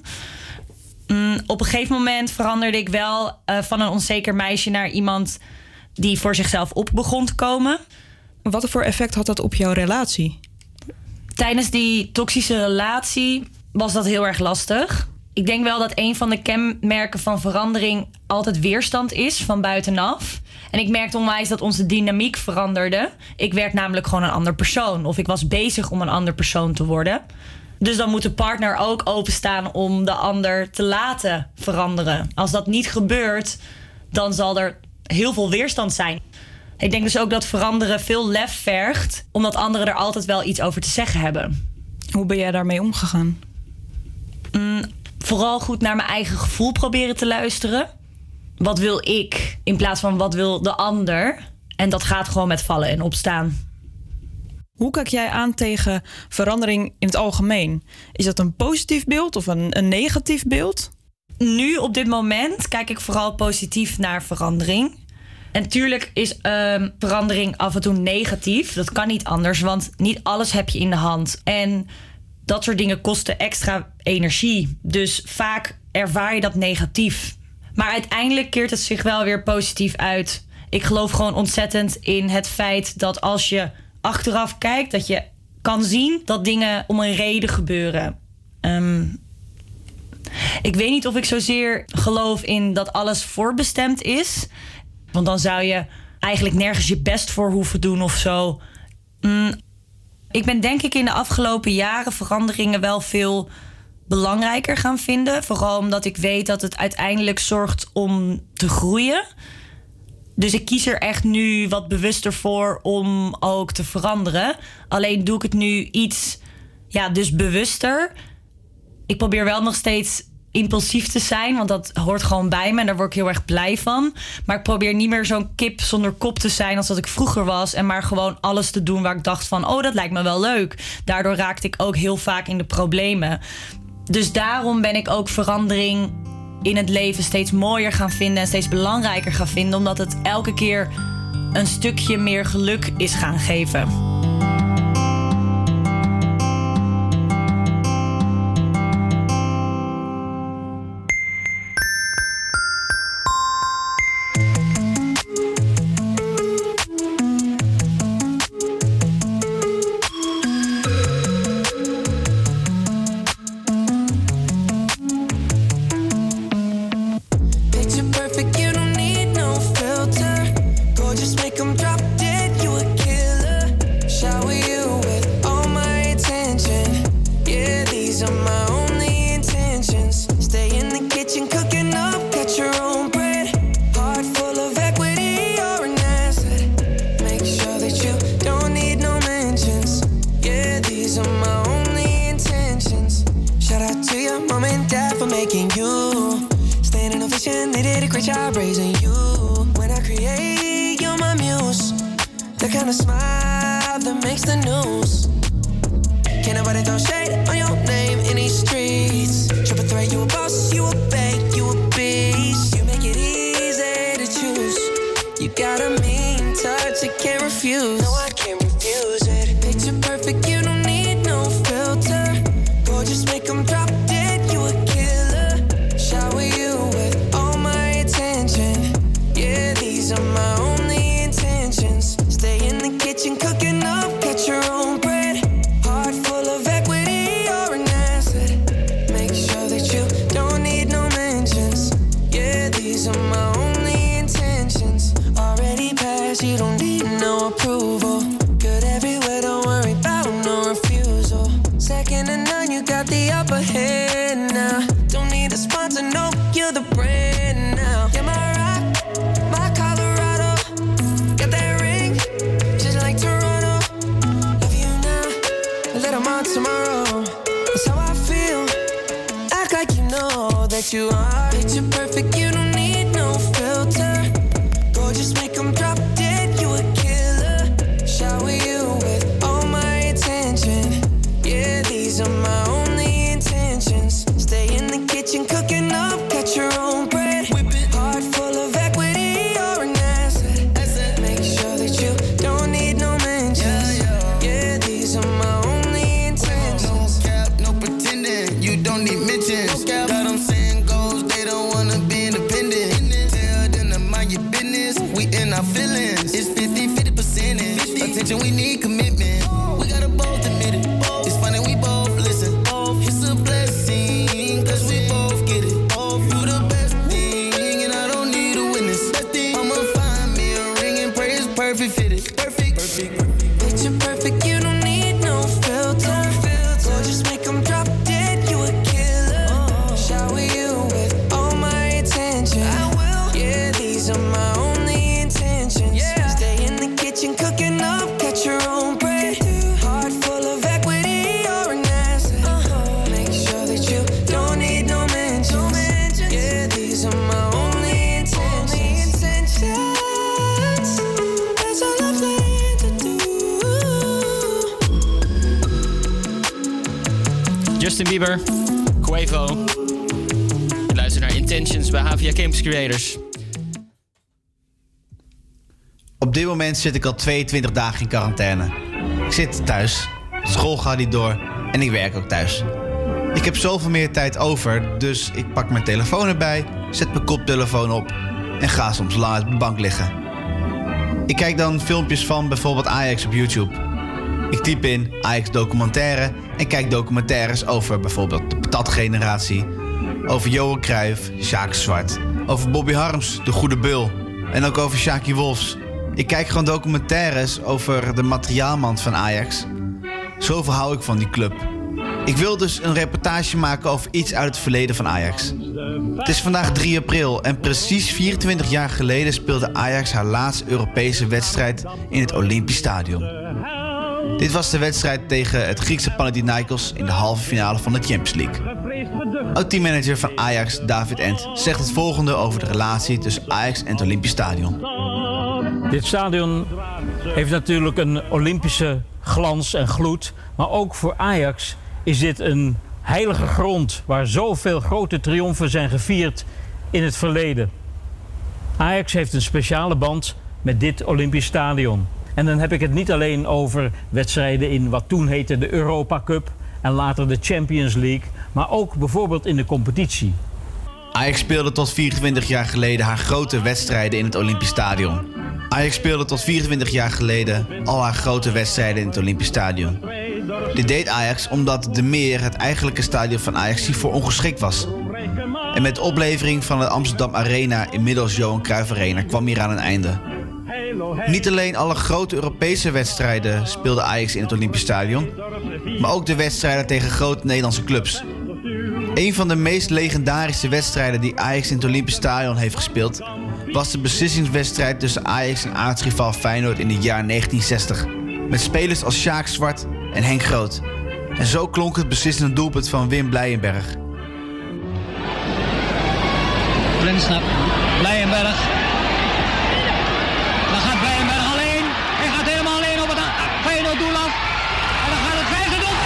Mm, op een gegeven moment veranderde ik wel uh, van een onzeker meisje naar iemand die voor zichzelf op begon te komen. Wat voor effect had dat op jouw relatie? Tijdens die toxische relatie was dat heel erg lastig. Ik denk wel dat een van de kenmerken van verandering altijd weerstand is van buitenaf. En ik merkte onwijs dat onze dynamiek veranderde. Ik werd namelijk gewoon een ander persoon. Of ik was bezig om een ander persoon te worden. Dus dan moet de partner ook openstaan om de ander te laten veranderen. Als dat niet gebeurt, dan zal er heel veel weerstand zijn. Ik denk dus ook dat veranderen veel lef vergt, omdat anderen er altijd wel iets over te zeggen hebben. Hoe ben jij daarmee omgegaan? Mm, vooral goed naar mijn eigen gevoel proberen te luisteren. Wat wil ik in plaats van wat wil de ander? En dat gaat gewoon met vallen en opstaan. Hoe kijk jij aan tegen verandering in het algemeen? Is dat een positief beeld of een, een negatief beeld? Nu, op dit moment, kijk ik vooral positief naar verandering. En natuurlijk is um, verandering af en toe negatief. Dat kan niet anders, want niet alles heb je in de hand. En dat soort dingen kosten extra energie. Dus vaak ervaar je dat negatief. Maar uiteindelijk keert het zich wel weer positief uit. Ik geloof gewoon ontzettend in het feit dat als je achteraf kijkt, dat je kan zien dat dingen om een reden gebeuren. Um, ik weet niet of ik zozeer geloof in dat alles voorbestemd is. Want dan zou je eigenlijk nergens je best voor hoeven doen of zo. Mm, ik ben denk ik in de afgelopen jaren veranderingen wel veel belangrijker gaan vinden. Vooral omdat ik weet dat het uiteindelijk zorgt om te groeien. Dus ik kies er echt nu wat bewuster voor om ook te veranderen. Alleen doe ik het nu iets, ja, dus bewuster. Ik probeer wel nog steeds impulsief te zijn, want dat hoort gewoon bij me en daar word ik heel erg blij van. Maar ik probeer niet meer zo'n kip zonder kop te zijn als dat ik vroeger was en maar gewoon alles te doen waar ik dacht van, oh, dat lijkt me wel leuk. Daardoor raakte ik ook heel vaak in de problemen. Dus daarom ben ik ook verandering in het leven steeds mooier gaan vinden en steeds belangrijker gaan vinden, omdat het elke keer een stukje meer geluk is gaan geven. Justin Bieber, Quavo. Je luistert naar Intentions bij H V A Campus Creators. Op dit moment zit ik al tweeëntwintig dagen in quarantaine. Ik zit thuis, school gaat niet door en ik werk ook thuis. Ik heb zoveel meer tijd over, dus ik pak mijn telefoon erbij, zet mijn koptelefoon op en ga soms lang op de bank liggen. Ik kijk dan filmpjes van bijvoorbeeld Ajax op YouTube. Ik typ in Ajax documentaire en kijk documentaires over bijvoorbeeld de patatgeneratie, over Johan Cruijff, Sjaak Zwart, over Bobby Harms, de Goede Bul en ook over Sjaki Wolfs. Ik kijk gewoon documentaires over de materiaalman van Ajax. Zoveel hou ik van die club. Ik wil dus een reportage maken over iets uit het verleden van Ajax. Het is vandaag drie april en precies vierentwintig jaar geleden speelde Ajax haar laatste Europese wedstrijd in het Olympisch Stadion. Dit was de wedstrijd tegen het Griekse Panathinaikos in de halve finale van de Champions League. Oud-teammanager van Ajax, David Ent, zegt het volgende over de relatie tussen Ajax en het Olympisch Stadion. Dit stadion heeft natuurlijk een Olympische glans en gloed, maar ook voor Ajax is dit een heilige grond waar zoveel grote triomfen zijn gevierd in het verleden. Ajax heeft een speciale band met dit Olympisch Stadion. En dan heb ik het niet alleen over wedstrijden in wat toen heette de Europa Cup en later de Champions League, maar ook bijvoorbeeld in de competitie. Ajax speelde tot vierentwintig jaar geleden haar grote wedstrijden in het Olympisch Stadion. Ajax speelde tot vierentwintig jaar geleden al haar grote wedstrijden in het Olympisch Stadion. Dit deed Ajax omdat De Meer, het eigenlijke stadion van Ajax, hiervoor ongeschikt was. En met de oplevering van de Amsterdam Arena, inmiddels Johan Cruijff Arena, kwam hier aan een einde. Niet alleen alle grote Europese wedstrijden speelde Ajax in het Olympisch Stadion, maar ook de wedstrijden tegen grote Nederlandse clubs. Een van de meest legendarische wedstrijden die Ajax in het Olympisch Stadion heeft gespeeld was de beslissingswedstrijd tussen Ajax en aartsrivaal Feyenoord in het jaar negentien zestig. Met spelers als Sjaak Zwart en Henk Groot. En zo klonk het beslissende doelpunt van Wim Blijenberg. Blinsnap, Blijenberg. Dan gaat Blijenberg alleen. Hij gaat helemaal alleen op het Feyenoord doel af. En dan gaat het Feyenoord doen.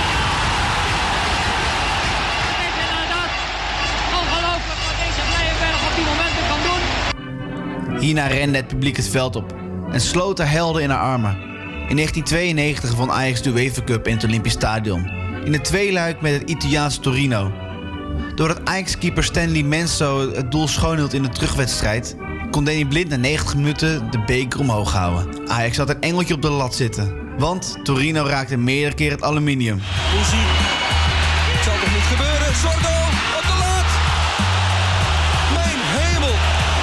Het is inderdaad ongelooflijk wat deze Blijenberg op die momenten kan doen. Hierna rende het publiek het veld op en sloot haar helden in haar armen. In negentien tweeënnegentig won Ajax de UEFA Cup in het Olympisch Stadion. In het tweeluik met het Italiaanse Torino. Doordat Ajax-keeper Stanley Menzo het doel schoonhield in de terugwedstrijd, kon Danny Blind na negentig minuten de beker omhoog houden. Ajax had een engeltje op de lat zitten, want Torino raakte meerdere keer het aluminium. Uzi. Het zal toch niet gebeuren? Zorgo op de lat. Mijn hemel.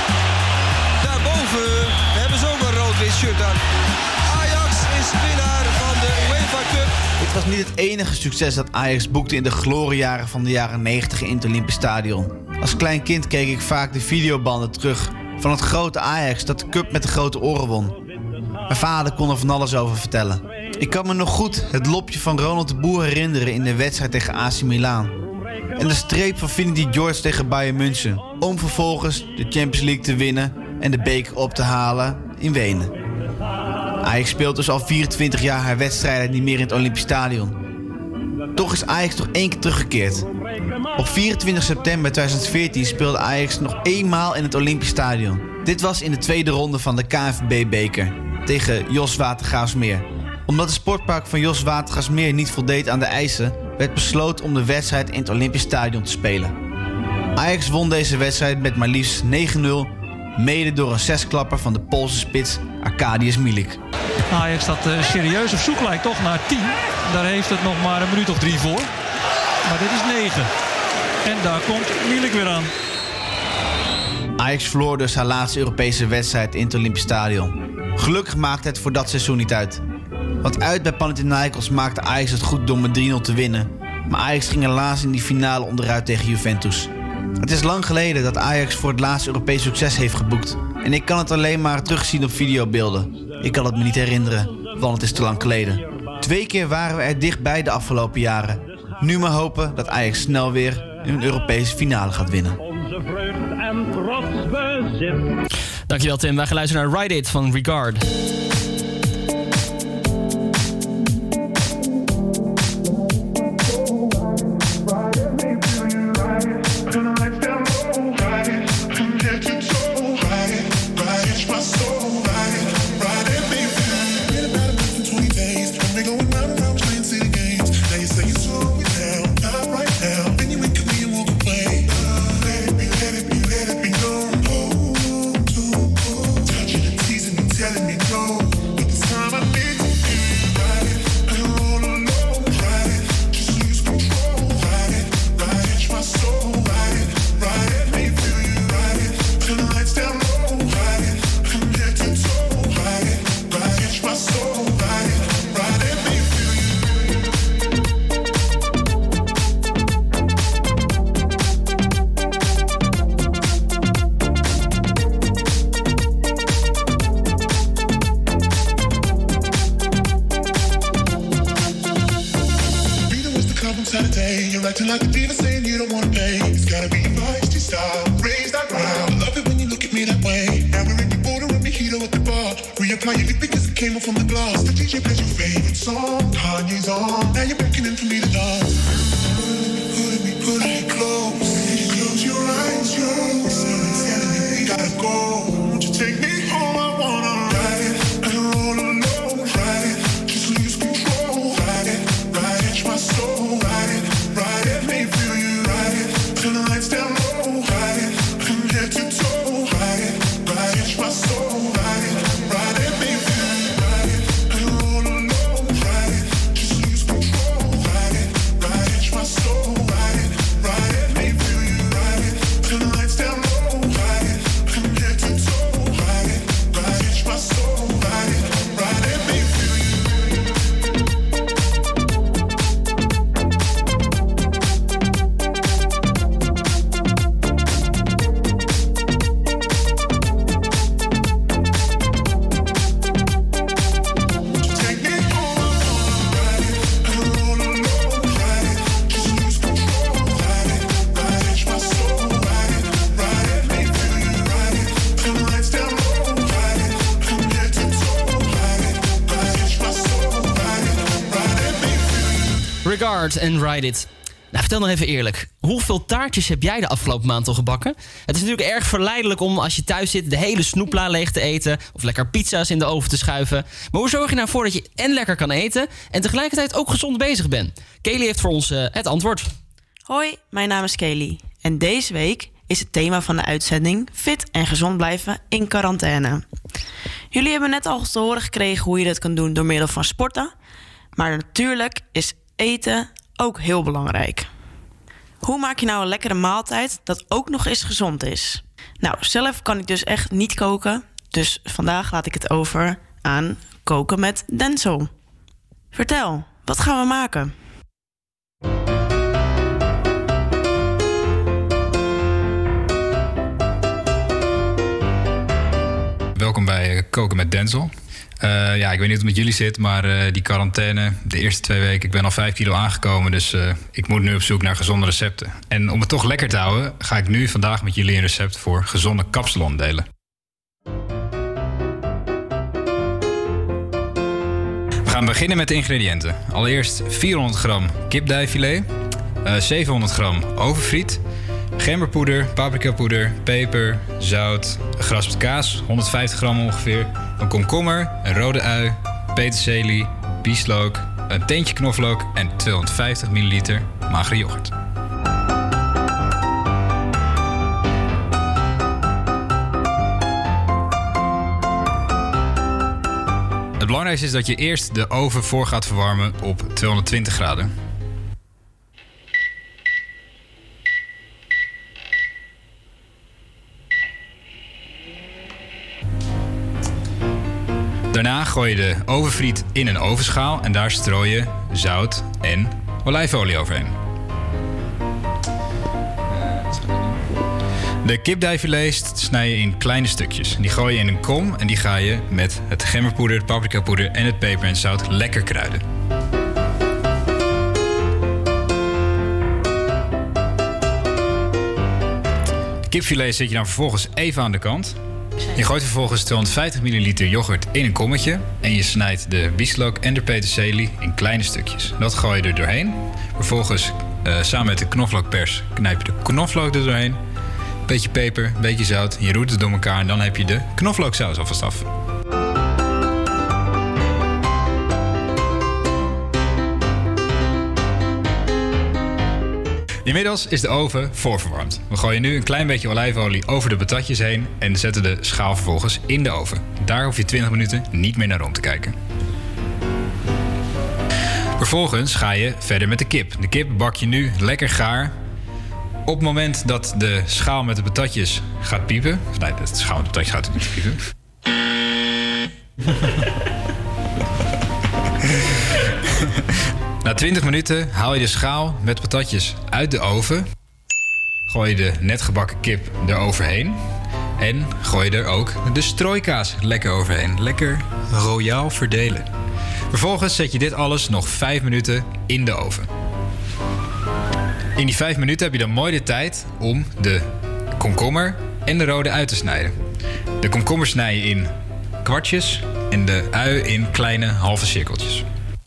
Daarboven hebben ze ook een rood-wit shirt aan. Ajax is winnaar van de UEFA Cup. Dit was niet het enige succes dat Ajax boekte in de gloriejaren van de jaren negentig in het Olympisch Stadion. Als klein kind keek ik vaak de videobanden terug van het grote Ajax dat de cup met de grote oren won. Mijn vader kon er van alles over vertellen. Ik kan me nog goed het lopje van Ronald de Boer herinneren in de wedstrijd tegen A C Milan. En de streep van Finidi George tegen Bayern München. Om vervolgens de Champions League te winnen en de beker op te halen in Wenen. Ajax speelt dus al vierentwintig jaar haar wedstrijden niet meer in het Olympisch Stadion. Toch is Ajax nog één keer teruggekeerd. Op vierentwintig september tweeduizend veertien speelde Ajax nog eenmaal in het Olympisch Stadion. Dit was in de tweede ronde van de K N V B-beker tegen Jos Watergraafsmeer. Omdat de sportpark van Jos Watergraafsmeer niet voldeed aan de eisen, werd besloten om de wedstrijd in het Olympisch Stadion te spelen. Ajax won deze wedstrijd met maar liefst negen nul, mede door een zesklapper van de Poolse spits Arkadiusz Milik. Ajax staat uh, serieus op zoek lijkt toch naar tien. Daar heeft het nog maar een minuut of drie voor. Maar dit is negen. En daar komt Milik weer aan. Ajax verloor dus haar laatste Europese wedstrijd in het Olympisch Stadion. Gelukkig maakte het voor dat seizoen niet uit. Want uit bij Panathinaikos maakte Ajax het goed door met drie nul te winnen. Maar Ajax ging helaas in die finale onderuit tegen Juventus. Het is lang geleden dat Ajax voor het laatste Europees succes heeft geboekt. En ik kan het alleen maar terugzien op videobeelden. Ik kan het me niet herinneren, want het is te lang geleden. Twee keer waren we er dichtbij de afgelopen jaren. Nu maar hopen dat Ajax snel weer een Europese finale gaat winnen. Dankjewel Tim. Wij gaan luisteren naar Ride It van Regard. Telling me no. like the diva saying you don't wanna play. It's gotta be feisty style, raise that ground. I love it when you look at me that way. Now we're in the border with mojito at the bar. Reapply your lip because it came off from the glass. The D J plays your favorite song, Kanye's on. Now you're beckoning for me to dance. Pulling me, pulling me close. Close your eyes, your eyes. Telling me we gotta go. Won't you take me home? I wanna ride it and roll alone. Ride it, just lose control. Ride it, ride it, my soul. Ride it, ride it, make me feel you. Ride it, turn the lights down low. Ride it, from head to toe. Ride it, ride it, my soul. Ride it, ride it, make me feel you. Ride it and roll alone. Ride it, just lose control. Ride it, ride it, my soul. Ride it, ride it, make me feel you. Ride it, turn the lights down low. Ride it, from head to toe. Ride it, ride it, my soul. Ride it, ride it, make me feel you. Take me home, I wanna ride it and roll alone. Ride it, just lose control. Ride it, ride it, my soul. Ride it, ride it, make me feel you. Ride it, turn the lights down low. Ride it, from head to toe. Ride it, ride it, my soul. Ride it, ride it, make me feel you. Regard en Ride It. Nou, vertel nog even eerlijk. Hoeveel taartjes heb jij de afgelopen maand al gebakken? Het is natuurlijk erg verleidelijk om als je thuis zit de hele snoepla leeg te eten. Of lekker pizza's in de oven te schuiven. Maar hoe zorg je nou voor dat je en lekker kan eten en tegelijkertijd ook gezond bezig bent? Kelly heeft voor ons uh, het antwoord. Hoi, mijn naam is Kelly. En deze week is het thema van de uitzending fit en gezond blijven in quarantaine. Jullie hebben net al te horen gekregen hoe je dat kan doen door middel van sporten. Maar natuurlijk is eten ook heel belangrijk. Hoe maak je nou een lekkere maaltijd dat ook nog eens gezond is? Nou, zelf kan ik dus echt niet koken. Dus vandaag laat ik het over aan koken met Denzel. Vertel, wat gaan we maken? Welkom bij Koken met Denzel. Uh, ja, ik weet niet hoe het met jullie zit, maar uh, die quarantaine, de eerste twee weken, ik ben al vijf kilo aangekomen, dus uh, ik moet nu op zoek naar gezonde recepten. En om het toch lekker te houden, ga ik nu vandaag met jullie een recept voor gezonde kapsalon delen. We gaan beginnen met de ingrediënten. Allereerst vierhonderd gram kipdijfilet, uh, zevenhonderd gram overfriet, gemberpoeder, paprikapoeder, peper, zout, geraspte kaas, honderdvijftig gram ongeveer, een komkommer, een rode ui, peterselie, bieslook, een teentje knoflook en tweehonderdvijftig milliliter magere yoghurt. Het belangrijkste is dat je eerst de oven voor gaat verwarmen op tweehonderdtwintig graden. Daarna gooi je de overfriet in een ovenschaal en daar strooi je zout en olijfolie overheen. De kipdijfilet snij je in kleine stukjes. Die gooi je in een kom en die ga je met het gemberpoeder, het paprikapoeder en het peper en zout lekker kruiden. De kipfilet zet je dan vervolgens even aan de kant. Je gooit vervolgens tweehonderdvijftig milliliter yoghurt in een kommetje en je snijdt de bieslook en de peterselie in kleine stukjes. Dat gooi je er doorheen. Vervolgens uh, samen met de knoflookpers knijp je de knoflook er doorheen. Beetje peper, beetje zout. Je roert het door elkaar en dan heb je de knoflooksaus alvast af. Inmiddels is de oven voorverwarmd. We gooien nu een klein beetje olijfolie over de patatjes heen en zetten de schaal vervolgens in de oven. Daar hoef je twintig minuten niet meer naar om te kijken. Vervolgens ga je verder met de kip. De kip bak je nu lekker gaar. Op het moment dat de schaal met de patatjes gaat piepen... Nee, de schaal met de patatjes gaat niet piepen. Na twintig minuten haal je de schaal met patatjes uit de oven. Gooi je de net gebakken kip eroverheen. En gooi je er ook de strooikaas lekker overheen. Lekker royaal verdelen. Vervolgens zet je dit alles nog vijf minuten in de oven. In die vijf minuten heb je dan mooi de tijd om de komkommer en de rode ui te snijden. De komkommer snij je in kwartjes en de ui in kleine halve cirkeltjes.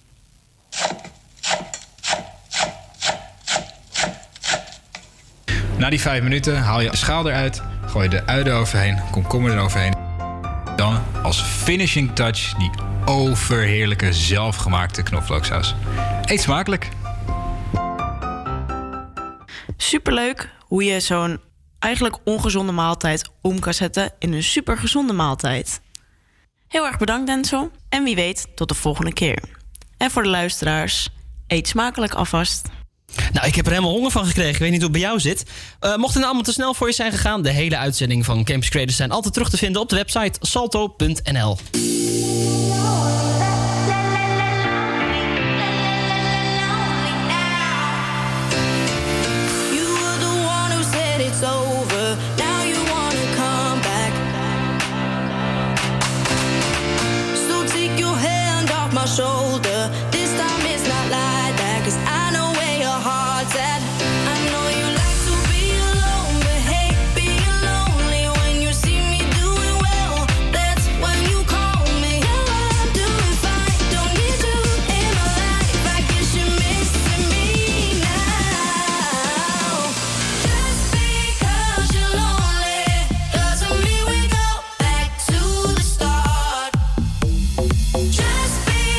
Na die vijf minuten haal je de schaal eruit, gooi je de ui eroverheen, komkommer eroverheen. Dan als finishing touch die overheerlijke zelfgemaakte knoflooksaus. Eet smakelijk! Superleuk hoe je zo'n eigenlijk ongezonde maaltijd om kan zetten in een supergezonde maaltijd. Heel erg bedankt, Denzel. En wie weet, tot de volgende keer. En voor de luisteraars, eet smakelijk alvast. Nou, ik heb er helemaal honger van gekregen. Ik weet niet hoe het bij jou zit. Uh, mocht het nou allemaal te snel voor je zijn gegaan... de hele uitzending van Campus Creators zijn altijd terug te vinden... op de website salto punt n l. My shoulder. This time it's not like that, 'cause I know where your heart's at. I know you like to be alone, but hey, being lonely when you see me doing well, that's when you call me. Yeah, I'm doing fine, don't need you in my life. I guess you're missing me now. Just because you're lonely doesn't mean we go back to the start. Just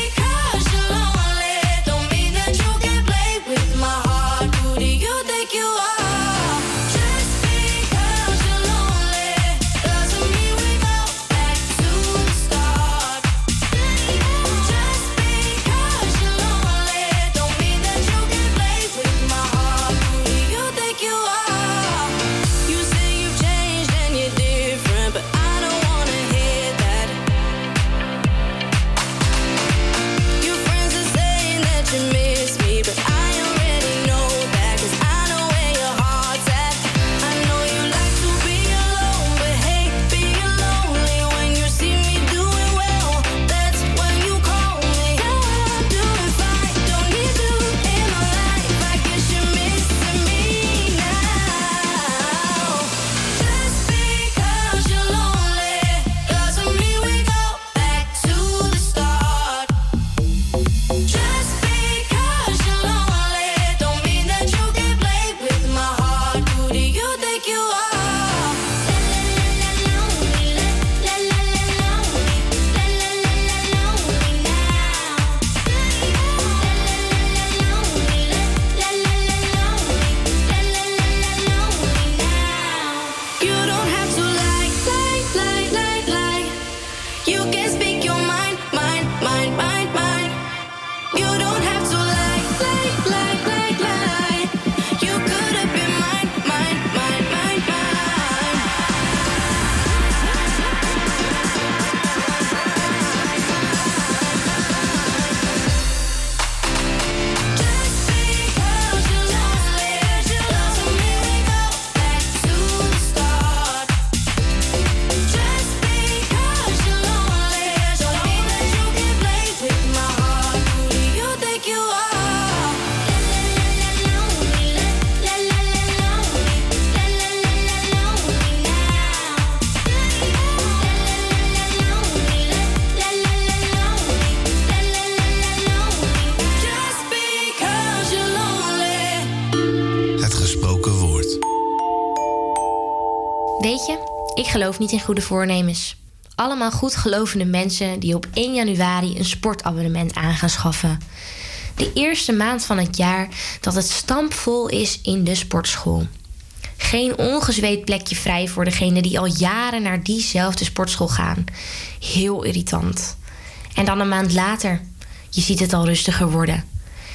Weet je, ik geloof niet in goede voornemens. Allemaal goedgelovende mensen die op één januari een sportabonnement aan gaan schaffen. De eerste maand van het jaar dat het stampvol is in de sportschool. Geen ongezweet plekje vrij voor degenen die al jaren naar diezelfde sportschool gaan. Heel irritant. En dan een maand later, je ziet het al rustiger worden.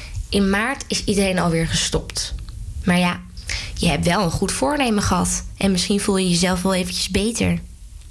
In maart is iedereen alweer gestopt. Maar ja, je hebt wel een goed voornemen gehad. En misschien voel je jezelf wel eventjes beter.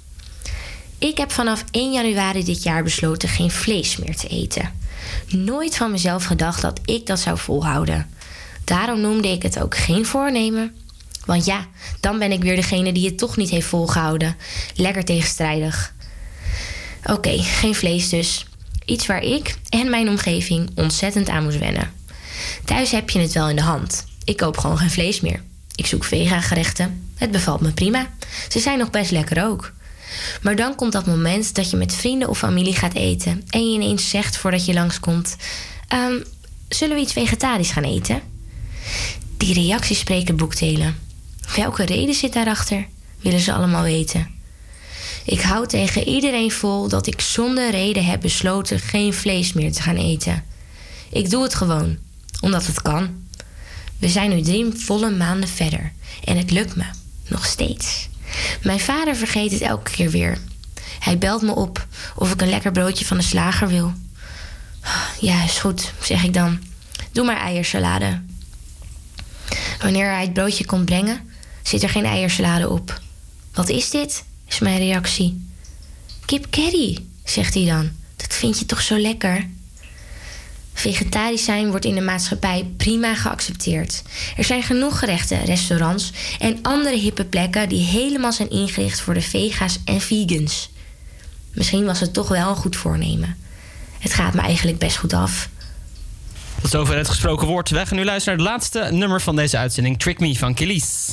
Ik heb vanaf één januari dit jaar besloten geen vlees meer te eten. Nooit van mezelf gedacht dat ik dat zou volhouden. Daarom noemde ik het ook geen voornemen. Want ja, dan ben ik weer degene die het toch niet heeft volgehouden. Lekker tegenstrijdig. Oké, okay, geen vlees dus. Iets waar ik en mijn omgeving ontzettend aan moest wennen. Thuis heb je het wel in de hand. Ik koop gewoon geen vlees meer. Ik zoek vega-gerechten. Het bevalt me prima. Ze zijn nog best lekker ook. Maar dan komt dat moment dat je met vrienden of familie gaat eten en je ineens zegt voordat je langskomt: um, zullen we iets vegetarisch gaan eten? Die reacties spreken boekdelen. Welke reden zit daarachter? Willen ze allemaal weten. Ik hou tegen iedereen vol dat ik zonder reden heb besloten geen vlees meer te gaan eten. Ik doe het gewoon, omdat het kan. We zijn nu drie volle maanden verder en het lukt me, nog steeds. Mijn vader vergeet het elke keer weer. Hij belt me op of ik een lekker broodje van de slager wil. Ja, is goed, zeg ik dan. Doe maar eiersalade. Wanneer hij het broodje komt brengen, zit er geen eiersalade op. Wat is dit? Is mijn reactie. Kip curry, zegt hij dan. Dat vind je toch zo lekker? Vegetarisch zijn wordt in de maatschappij prima geaccepteerd. Er zijn genoeg gerechten, restaurants en andere hippe plekken die helemaal zijn ingericht voor de vega's en vegans. Misschien was het toch wel een goed voornemen. Het gaat me eigenlijk best goed af. Tot zover het gesproken woord. Wij gaan nu luisteren naar het laatste nummer van deze uitzending, Trick Me van Kelis.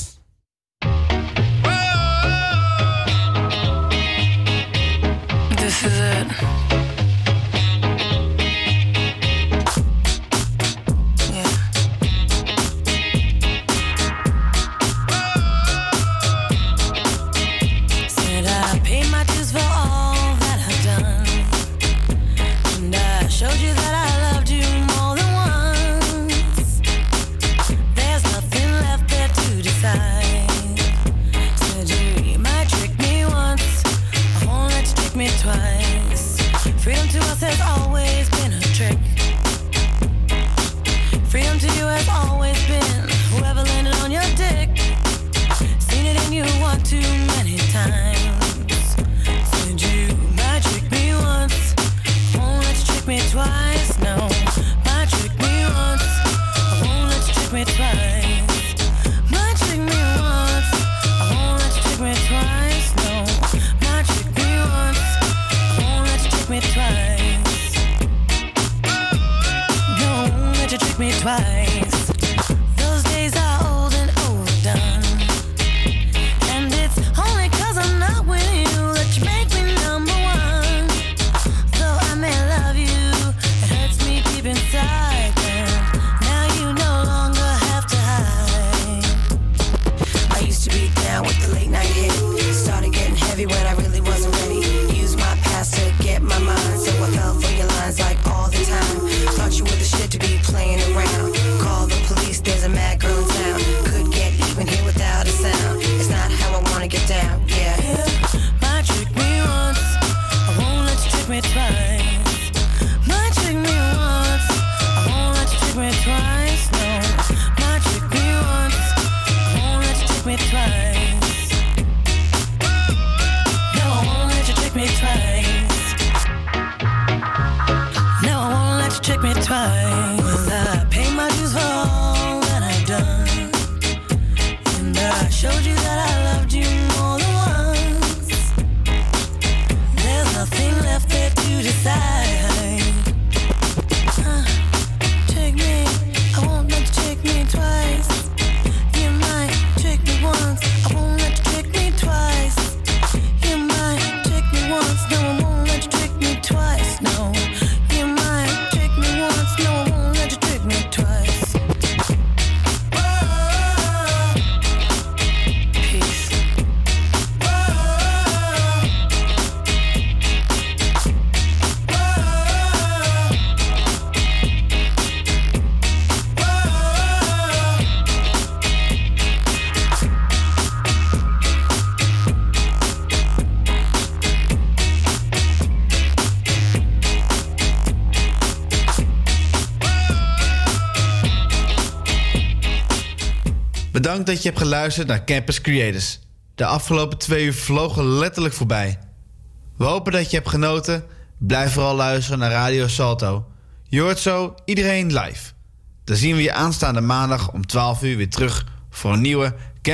This is it. Showed you that I loved you more than once. There's nothing left there to decide. Said you might trick me once, I won't let you trick me twice. Freedom to us has always been a trick. Freedom to you has always been whoever landed on your dick. Seen it in you one too many times. Said you might trick me once, trick me twice, no. Might trick me once, I won't let you trick me twice. Might trick me once, I won't let you trick me twice, no. Might trick me once, I won't let you trick me twice. No, I won't let you trick me twice. Those days are old and overdone, and it's only 'cause I'm not with you that you make me number one. Though I may love you, inside them. Now you no longer have to hide. I used to be down with the late night hit. Started getting heavy when I really wasn't ready. Used my past to get my mind, so I fell for your lines like all the time. Thought you were the shit to be playing around. Call the police, there's a mad girl in town. Could get even here without a sound. It's not how I wanna get down, yeah. yeah. Might trick me once, I won't let you trick me twice. Might trick me once, trick me twice, no. Might trick me once, I won't let you trick me twice. No, I won't let you trick me twice. No, I won't let you trick me twice. Well, I pay my dues for all that I've done, and I showed you that I loved you more than once. There's nothing left there to decide. Twice. You might trick me once, I won't let you trick me twice. You might trick me once, no, I won't let you trick me twice. No, you might trick me once, no, I won't let you trick me twice. Peace. Bedankt dat je hebt geluisterd naar Campus Creators. De afgelopen twee uur vlogen letterlijk voorbij. We hopen dat je hebt genoten. Blijf vooral luisteren naar Radio Salto. Je hoort zo iedereen live. Dan zien we je aanstaande maandag om twaalf uur weer terug voor een nieuwe